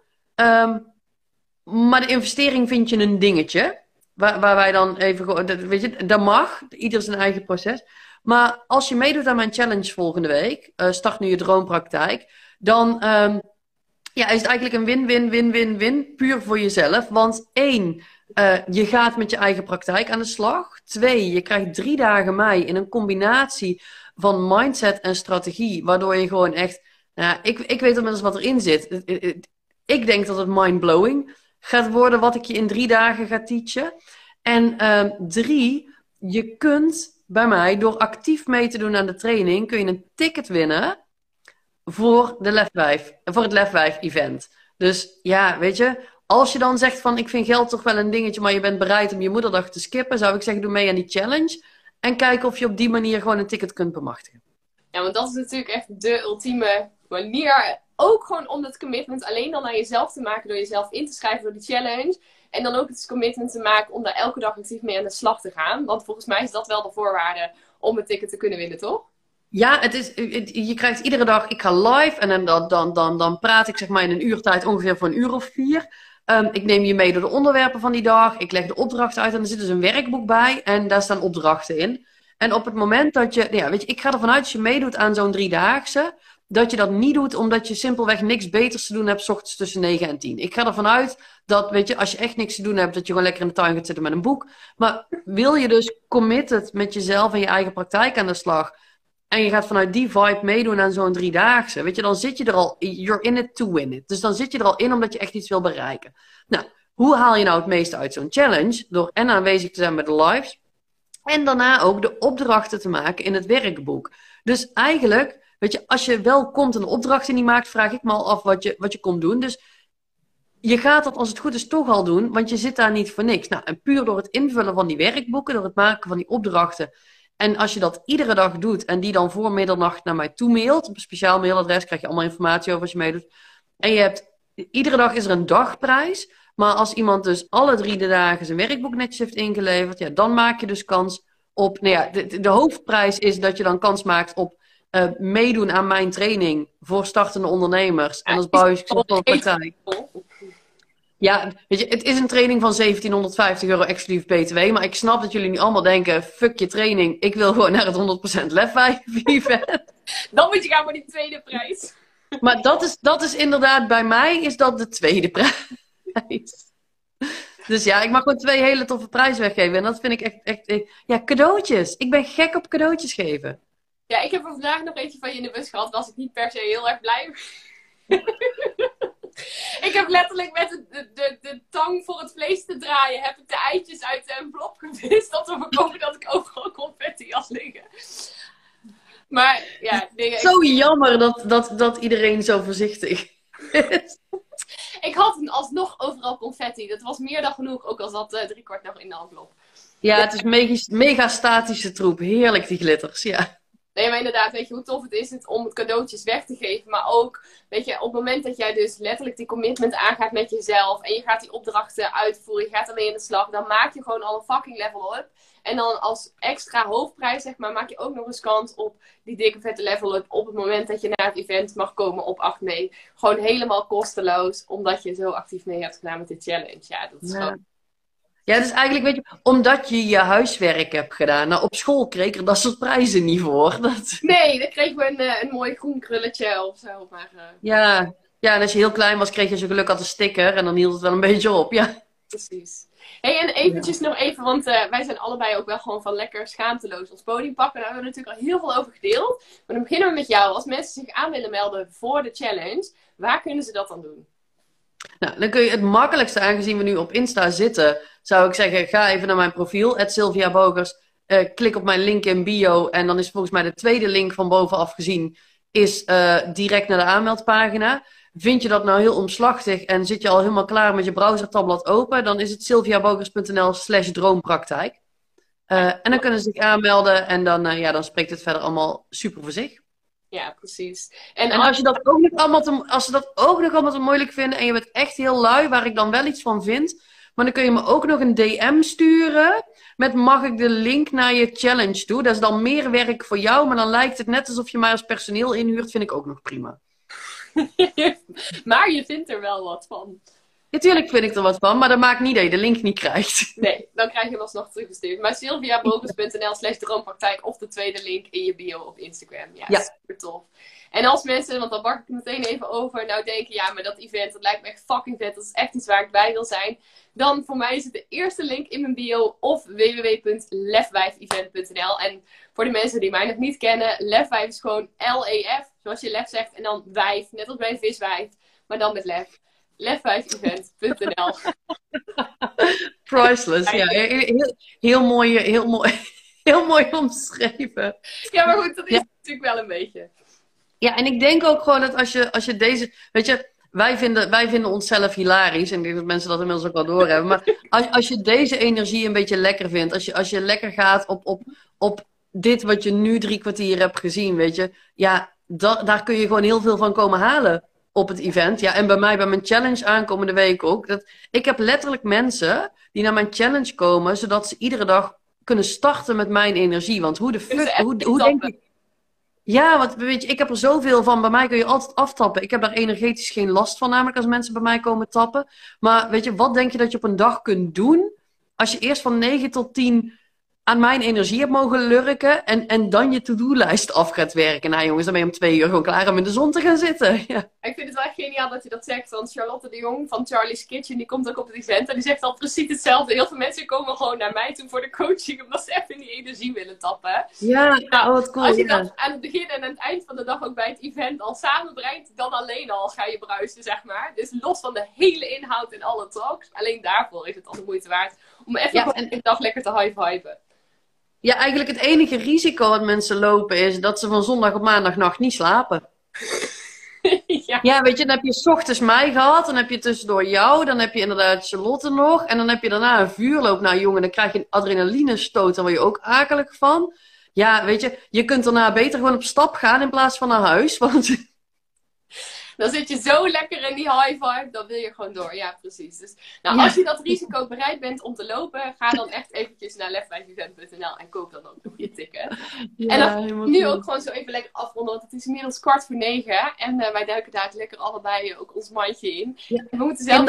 maar de investering vind je een dingetje... Waar wij dan even... Weet je, dat mag. Ieder zijn eigen proces. Maar als je meedoet aan mijn challenge volgende week... start nu je droompraktijk... dan ja, is het eigenlijk een win-win-win-win-win... puur voor jezelf. Want 1... je gaat met je eigen praktijk aan de slag. 2, je krijgt 3 dagen mei in een combinatie van mindset en strategie. Waardoor je gewoon echt... Nou, ik weet inmiddels wat erin zit. Ik denk dat het mindblowing gaat worden wat ik je in 3 dagen ga teachen. En 3, je kunt bij mij door actief mee te doen aan de training... kun je een ticket winnen voor het Lef5 event. Dus ja, weet je... Als je dan zegt van ik vind geld toch wel een dingetje, maar je bent bereid om je moederdag te skippen, zou ik zeggen doe mee aan die challenge. En kijk of je op die manier gewoon een ticket kunt bemachtigen. Ja, want dat is natuurlijk echt de ultieme manier. Ook gewoon om dat commitment alleen dan naar jezelf te maken door jezelf in te schrijven door de challenge. En dan ook het commitment te maken om daar elke dag actief mee aan de slag te gaan. Want volgens mij is dat wel de voorwaarde om een ticket te kunnen winnen, toch? Ja, je krijgt iedere dag, ik ga live en dan praat ik zeg maar in een uurtijd ongeveer voor een uur of 4. Ik neem je mee door de onderwerpen van die dag. Ik leg de opdrachten uit en er zit dus een werkboek bij. En daar staan opdrachten in. En op het moment dat je... Ja, weet je, ik ga ervan uit als je meedoet aan zo'n 3-daagse... dat je dat niet doet omdat je simpelweg niks beters te doen hebt... 's ochtends tussen 9 en 10. Ik ga ervan uit dat, weet je, als je echt niks te doen hebt... dat je gewoon lekker in de tuin gaat zitten met een boek. Maar wil je dus committed met jezelf en je eigen praktijk aan de slag... en je gaat vanuit die vibe meedoen aan zo'n 3-daagse. Weet je, dan zit je er al... You're in it to win it. Dus dan zit je er al in omdat je echt iets wil bereiken. Nou, hoe haal je nou het meeste uit zo'n challenge? Door en aanwezig te zijn bij de lives. En daarna ook de opdrachten te maken in het werkboek. Dus eigenlijk, weet je, als je wel komt en de opdrachten niet maakt... vraag ik me al af wat je komt doen. Dus je gaat dat als het goed is toch al doen. Want je zit daar niet voor niks. Nou, en puur door het invullen van die werkboeken... door het maken van die opdrachten... En als je dat iedere dag doet en die dan voor middernacht naar mij toe mailt, op een speciaal mailadres krijg je allemaal informatie over als je meedoet. En je hebt, iedere dag is er een dagprijs, maar als iemand dus alle 3 de dagen zijn werkboek netjes heeft ingeleverd, ja, dan maak je dus kans op, nou ja, de hoofdprijs is dat je dan kans maakt op meedoen aan mijn training voor startende ondernemers. En als bouw je succesvolle praktijk. Ja, weet je, het is een training van €1750 exclusief BTW. Maar ik snap dat jullie nu allemaal denken, fuck je training. Ik wil gewoon naar het 100% Lef5 event. Dan moet je gaan voor die tweede prijs. Maar dat is inderdaad, bij mij is dat de tweede prijs. Dus ja, ik mag gewoon 2 hele toffe prijzen weggeven. En dat vind ik echt ja, cadeautjes. Ik ben gek op cadeautjes geven. Ja, ik heb er vandaag nog eentje van je in de bus gehad. Was ik niet per se heel erg blij. Ik heb letterlijk met de tang voor het vlees te draaien... heb ik de eitjes uit de envelop gevist... dat we voorkomen dat ik overal confetti had liggen. Maar ja... Zo jammer dat iedereen zo voorzichtig is. Ik had alsnog overal confetti. Dat was meer dan genoeg, ook al zat 3/4 nog in de envelop. Ja, het is mega statische troep. Heerlijk, die glitters, ja. Nee, maar inderdaad, weet je hoe tof het is om cadeautjes weg te geven. Maar ook, weet je, op het moment dat jij dus letterlijk die commitment aangaat met jezelf. En je gaat die opdrachten uitvoeren, je gaat ermee in de slag. Dan maak je gewoon al een fucking level up. En dan als extra hoofdprijs, zeg maar, maak je ook nog eens kans op die dikke vette level up. Op het moment dat je naar het event mag komen op 8 mei. Gewoon helemaal kosteloos, omdat je zo actief mee hebt gedaan met de challenge. Ja, dat is gewoon... Ja, dus eigenlijk, weet je, omdat je je huiswerk hebt gedaan. Nou, op school kreeg ik er dat soort prijzen niet voor. Nee, dan kregen we een mooi groen krulletje of zo. Maar, Ja, en als je heel klein was, kreeg je zo geluk als een sticker. En dan hield het wel een beetje op, ja. Precies. Hey, en eventjes nog even, want wij zijn allebei ook wel gewoon van lekker schaamteloos ons podium pakken. Daar hebben we natuurlijk al heel veel over gedeeld. Maar dan beginnen we met jou. Als mensen zich aan willen melden voor de challenge, waar kunnen ze dat dan doen? Nou, dan kun je het makkelijkste, aangezien we nu op Insta zitten, zou ik zeggen, ga even naar mijn profiel, @SylviaBogers. Klik op mijn link in bio en dan is volgens mij de tweede link van bovenaf gezien, is direct naar de aanmeldpagina. Vind je dat nou heel omslachtig en zit je al helemaal klaar met je browsertabblad open, dan is het sylviabogers.nl/droompraktijk. En dan kunnen ze zich aanmelden en dan spreekt het verder allemaal super voor zich. Ja, precies. En als je dat ook nog als ze dat ook nog allemaal te moeilijk vinden en je bent echt heel lui, waar ik dan wel iets van vind, maar dan kun je me ook nog een DM sturen met mag ik de link naar je challenge toe. Dat is dan meer werk voor jou, maar dan lijkt het net alsof je mij als personeel inhuurt, vind ik ook nog prima. Maar je vindt er wel wat van. Natuurlijk vind ik er wat van, maar dat maakt niet dat je de link niet krijgt. Nee, dan krijg je hem alsnog teruggestuurd. Maar sylviabogers.nl/droompraktijk of de tweede link in je bio op Instagram. Ja, super tof. En als mensen, want dan bak ik meteen even over, nou denken, ja, maar dat event, dat lijkt me echt fucking vet. Dat is echt iets waar ik bij wil zijn. Dan voor mij is het de eerste link in mijn bio of www.lefwijfevent.nl. En voor de mensen die mij nog niet kennen, lefwijf is gewoon L-E-F, zoals je lef zegt. En dan wijf, net als bij een viswijf, maar dan met lef. Lefwijfevent.nl. Priceless, ja. Heel mooi, heel mooi omschreven. Ja, maar goed, dat is natuurlijk wel een beetje. Ja, en ik denk ook gewoon dat als je deze... Weet je, wij vinden onszelf hilarisch. En ik denk dat mensen dat inmiddels ook wel doorhebben. Maar als je deze energie een beetje lekker vindt. Als je lekker gaat op dit wat je nu 3 kwartier hebt gezien, weet je. Ja, daar kun je gewoon heel veel van komen halen op het event. Ja, en bij mijn challenge aankomende week ook. Ik heb letterlijk mensen die naar mijn challenge komen, zodat ze iedere dag kunnen starten met mijn energie. Want hoe de fuck... Hoe denk je... Ja, want weet je, ik heb er zoveel van. Bij mij kun je altijd aftappen. Ik heb daar energetisch geen last van, namelijk als mensen bij mij komen tappen. Maar weet je, wat denk je dat je op een dag kunt doen als je eerst van 9 tot 10 aan mijn energie hebt mogen lurken en dan je to-do-lijst af gaat werken? Nou jongens, dan ben je om 2 uur gewoon klaar om in de zon te gaan zitten. Ja. Ik vind het wel echt geniaal dat je dat zegt, want Charlotte de Jong van Charlie's Kitchen, die komt ook op het event en die zegt al precies hetzelfde. Heel veel mensen komen gewoon naar mij toe voor de coaching, omdat ze even in die energie willen tappen. Ja, nou, wat cool. Als je dat aan het begin en aan het eind van de dag ook bij het event al samenbrengt, dan alleen al ga je bruisen, zeg maar. Dus los van de hele inhoud en alle talks, alleen daarvoor is het al de moeite waard om even de dag lekker te high-viben. Ja, eigenlijk het enige risico wat mensen lopen is dat ze van zondag op maandagnacht niet slapen. Ja, weet je, dan heb je 's ochtends mij gehad, dan heb je tussendoor jou, dan heb je inderdaad Charlotte nog, en dan heb je daarna een vuurloop. Nou jongen, dan krijg je een adrenalinestoot, daar word je ook akelig van. Ja, weet je kunt daarna beter gewoon op stap gaan in plaats van naar huis, want... Dan zit je zo lekker in die high vibe, dan wil je gewoon door. Ja, precies. Dus als je dat risico bereid bent om te lopen, ga dan echt eventjes naar lefwijfevent.nl en koop dan ook nog je ticket. Ja, en dan nu ook gewoon zo even lekker afronden, want het is inmiddels 8:45 en wij duiken daar lekker allebei ook ons mandje in. Ja. En we moeten zelf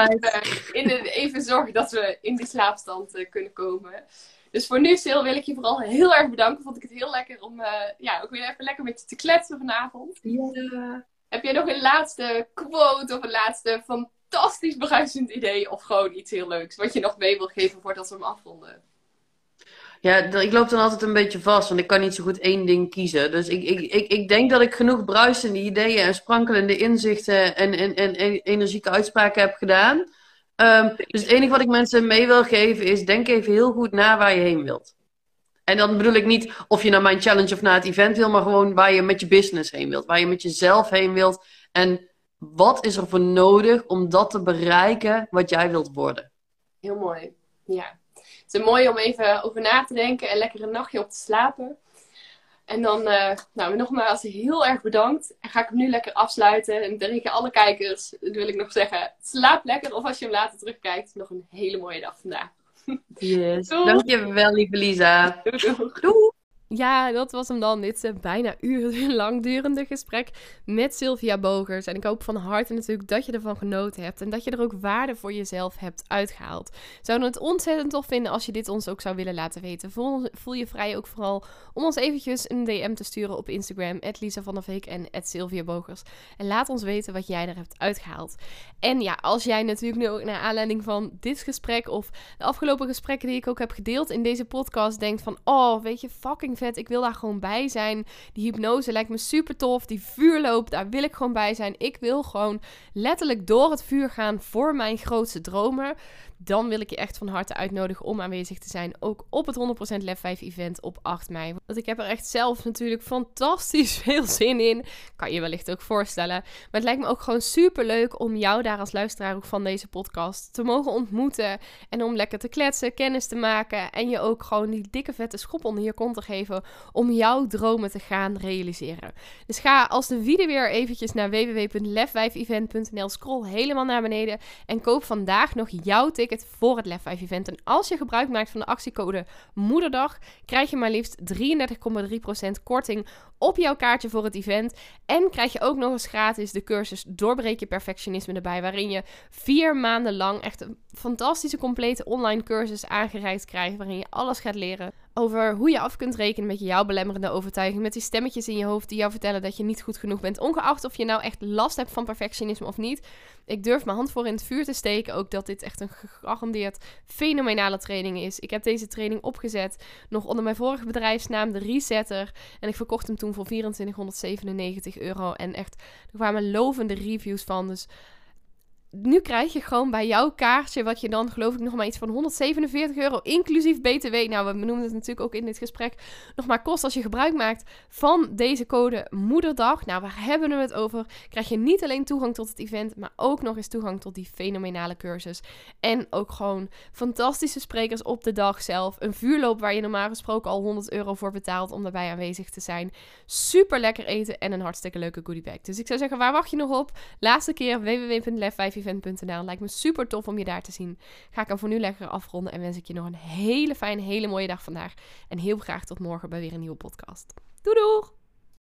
even zorgen dat we in die slaapstand kunnen komen. Dus voor nu, Sil, wil ik je vooral heel erg bedanken. Vond ik het heel lekker om ook weer even lekker met je te kletsen vanavond. Ja. Heb jij nog een laatste quote of een laatste fantastisch bruisend idee of gewoon iets heel leuks wat je nog mee wil geven voordat we hem afronden? Ja, ik loop dan altijd een beetje vast, want ik kan niet zo goed één ding kiezen. Dus ik denk dat ik genoeg bruisende ideeën en sprankelende inzichten en energieke uitspraken heb gedaan. Dus het enige wat ik mensen mee wil geven is, denk even heel goed na waar je heen wilt. En dan bedoel ik niet of je naar mijn challenge of naar het event wil, maar gewoon waar je met je business heen wilt. Waar je met jezelf heen wilt. En wat is er voor nodig om dat te bereiken wat jij wilt worden? Heel mooi. Ja. Het is mooi om even over na te denken en lekker een nachtje op te slapen. En dan, nogmaals heel erg bedankt. En ga ik hem nu lekker afsluiten. En tegen alle kijkers wil ik nog zeggen, slaap lekker. Of als je hem later terugkijkt, nog een hele mooie dag vandaag. Yes. Dankjewel, lieve Lisa. Doei. Ja, dat was hem dan. Dit is een bijna urenlang durende gesprek met Sylvia Bogers. En ik hoop van harte natuurlijk dat je ervan genoten hebt. En dat je er ook waarde voor jezelf hebt uitgehaald. Zouden het ontzettend tof vinden als je dit ons ook zou willen laten weten. Voel je vrij ook vooral om ons eventjes een DM te sturen op Instagram. @LisaVanderVeek en @SylviaBogers. En laat ons weten wat jij er hebt uitgehaald. En ja, als jij natuurlijk nu ook naar aanleiding van dit gesprek of de afgelopen gesprekken die ik ook heb gedeeld in deze podcast denkt van, oh, weet je, fucking vet vet. Ik wil daar gewoon bij zijn. Die hypnose lijkt me super tof. Die vuurloop, daar wil ik gewoon bij zijn. Ik wil gewoon letterlijk door het vuur gaan voor mijn grootste dromen. Dan wil ik je echt van harte uitnodigen om aanwezig te zijn. Ook op het 100% Lef 5 event op 8 mei. Want ik heb er echt zelf natuurlijk fantastisch veel zin in. Kan je wellicht ook voorstellen. Maar het lijkt me ook gewoon super leuk om jou daar als luisteraar ook van deze podcast te mogen ontmoeten. En om lekker te kletsen, kennis te maken. En je ook gewoon die dikke vette schop onder je kont te geven om jouw dromen te gaan realiseren. Dus ga als de video weer eventjes naar www.lef5event.nl. Scroll helemaal naar beneden en koop vandaag nog jouw ticket voor het Lef 5 event. En als je gebruik maakt van de actiecode Moederdag, krijg je maar liefst 33,3% korting op jouw kaartje voor het event. En krijg je ook nog eens gratis de cursus Doorbreek je perfectionisme erbij, waarin je 4 maanden lang echt een fantastische complete online cursus aangereikt krijgt, waarin je alles gaat leren over hoe je af kunt rekenen met jouw belemmerende overtuiging, met die stemmetjes in je hoofd die jou vertellen dat je niet goed genoeg bent, ongeacht of je nou echt last hebt van perfectionisme of niet. Ik durf mijn hand voor in het vuur te steken, ook dat dit echt een gegarandeerd fenomenale training is. Ik heb deze training opgezet nog onder mijn vorige bedrijfsnaam, de Resetter, en ik verkocht hem toen voor €2497 en echt, er kwamen lovende reviews van, dus nu krijg je gewoon bij jouw kaartje, wat je dan geloof ik nog maar iets van €147, inclusief BTW. Nou, we benoemden het natuurlijk ook in dit gesprek, nog maar kost als je gebruik maakt van deze code Moederdag. Nou, waar hebben we het over? Krijg je niet alleen toegang tot het event, maar ook nog eens toegang tot die fenomenale cursus. En ook gewoon fantastische sprekers op de dag zelf. Een vuurloop waar je normaal gesproken al €100 voor betaalt om daarbij aanwezig te zijn. Super lekker eten en een hartstikke leuke goodiebag. Dus ik zou zeggen, waar wacht je nog op? Laatste keer www.lef5event.nl. Lijkt me super tof om je daar te zien. Ga ik hem voor nu lekker afronden en wens ik je nog een hele fijne, hele mooie dag vandaag. En heel graag tot morgen bij weer een nieuwe podcast. Doei doeg!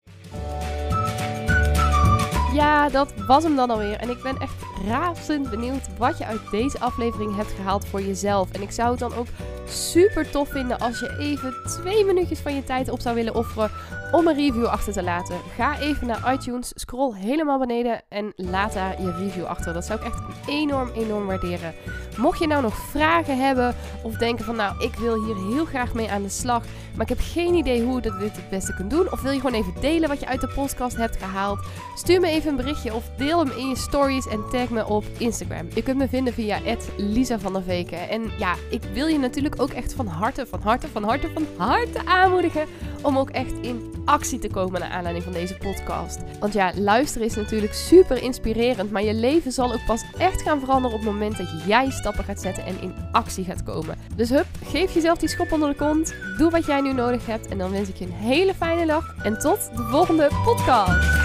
Ja, dat was hem dan alweer. En ik ben echt razend benieuwd wat je uit deze aflevering hebt gehaald voor jezelf. En ik zou het dan ook super tof vinden als je even 2 minuutjes van je tijd op zou willen offeren om een review achter te laten. Ga even naar iTunes, scroll helemaal beneden en laat daar je review achter. Dat zou ik echt enorm waarderen. Mocht je nou nog vragen hebben of denken van nou, ik wil hier heel graag mee aan de slag, maar ik heb geen idee hoe je dit het beste kunt doen, of wil je gewoon even delen wat je uit de podcast hebt gehaald, stuur me even een berichtje of deel hem in je stories en tag me op Instagram. Je kunt me vinden via @LisaVanderVeken. En ja, ik wil je natuurlijk ook echt van harte aanmoedigen om ook echt in actie te komen naar aanleiding van deze podcast. Want ja, luisteren is natuurlijk super inspirerend, maar je leven zal ook pas echt gaan veranderen op het moment dat jij stappen gaat zetten en in actie gaat komen. Dus hup, geef jezelf die schop onder de kont, doe wat jij nu nodig hebt en dan wens ik je een hele fijne dag en tot de volgende podcast.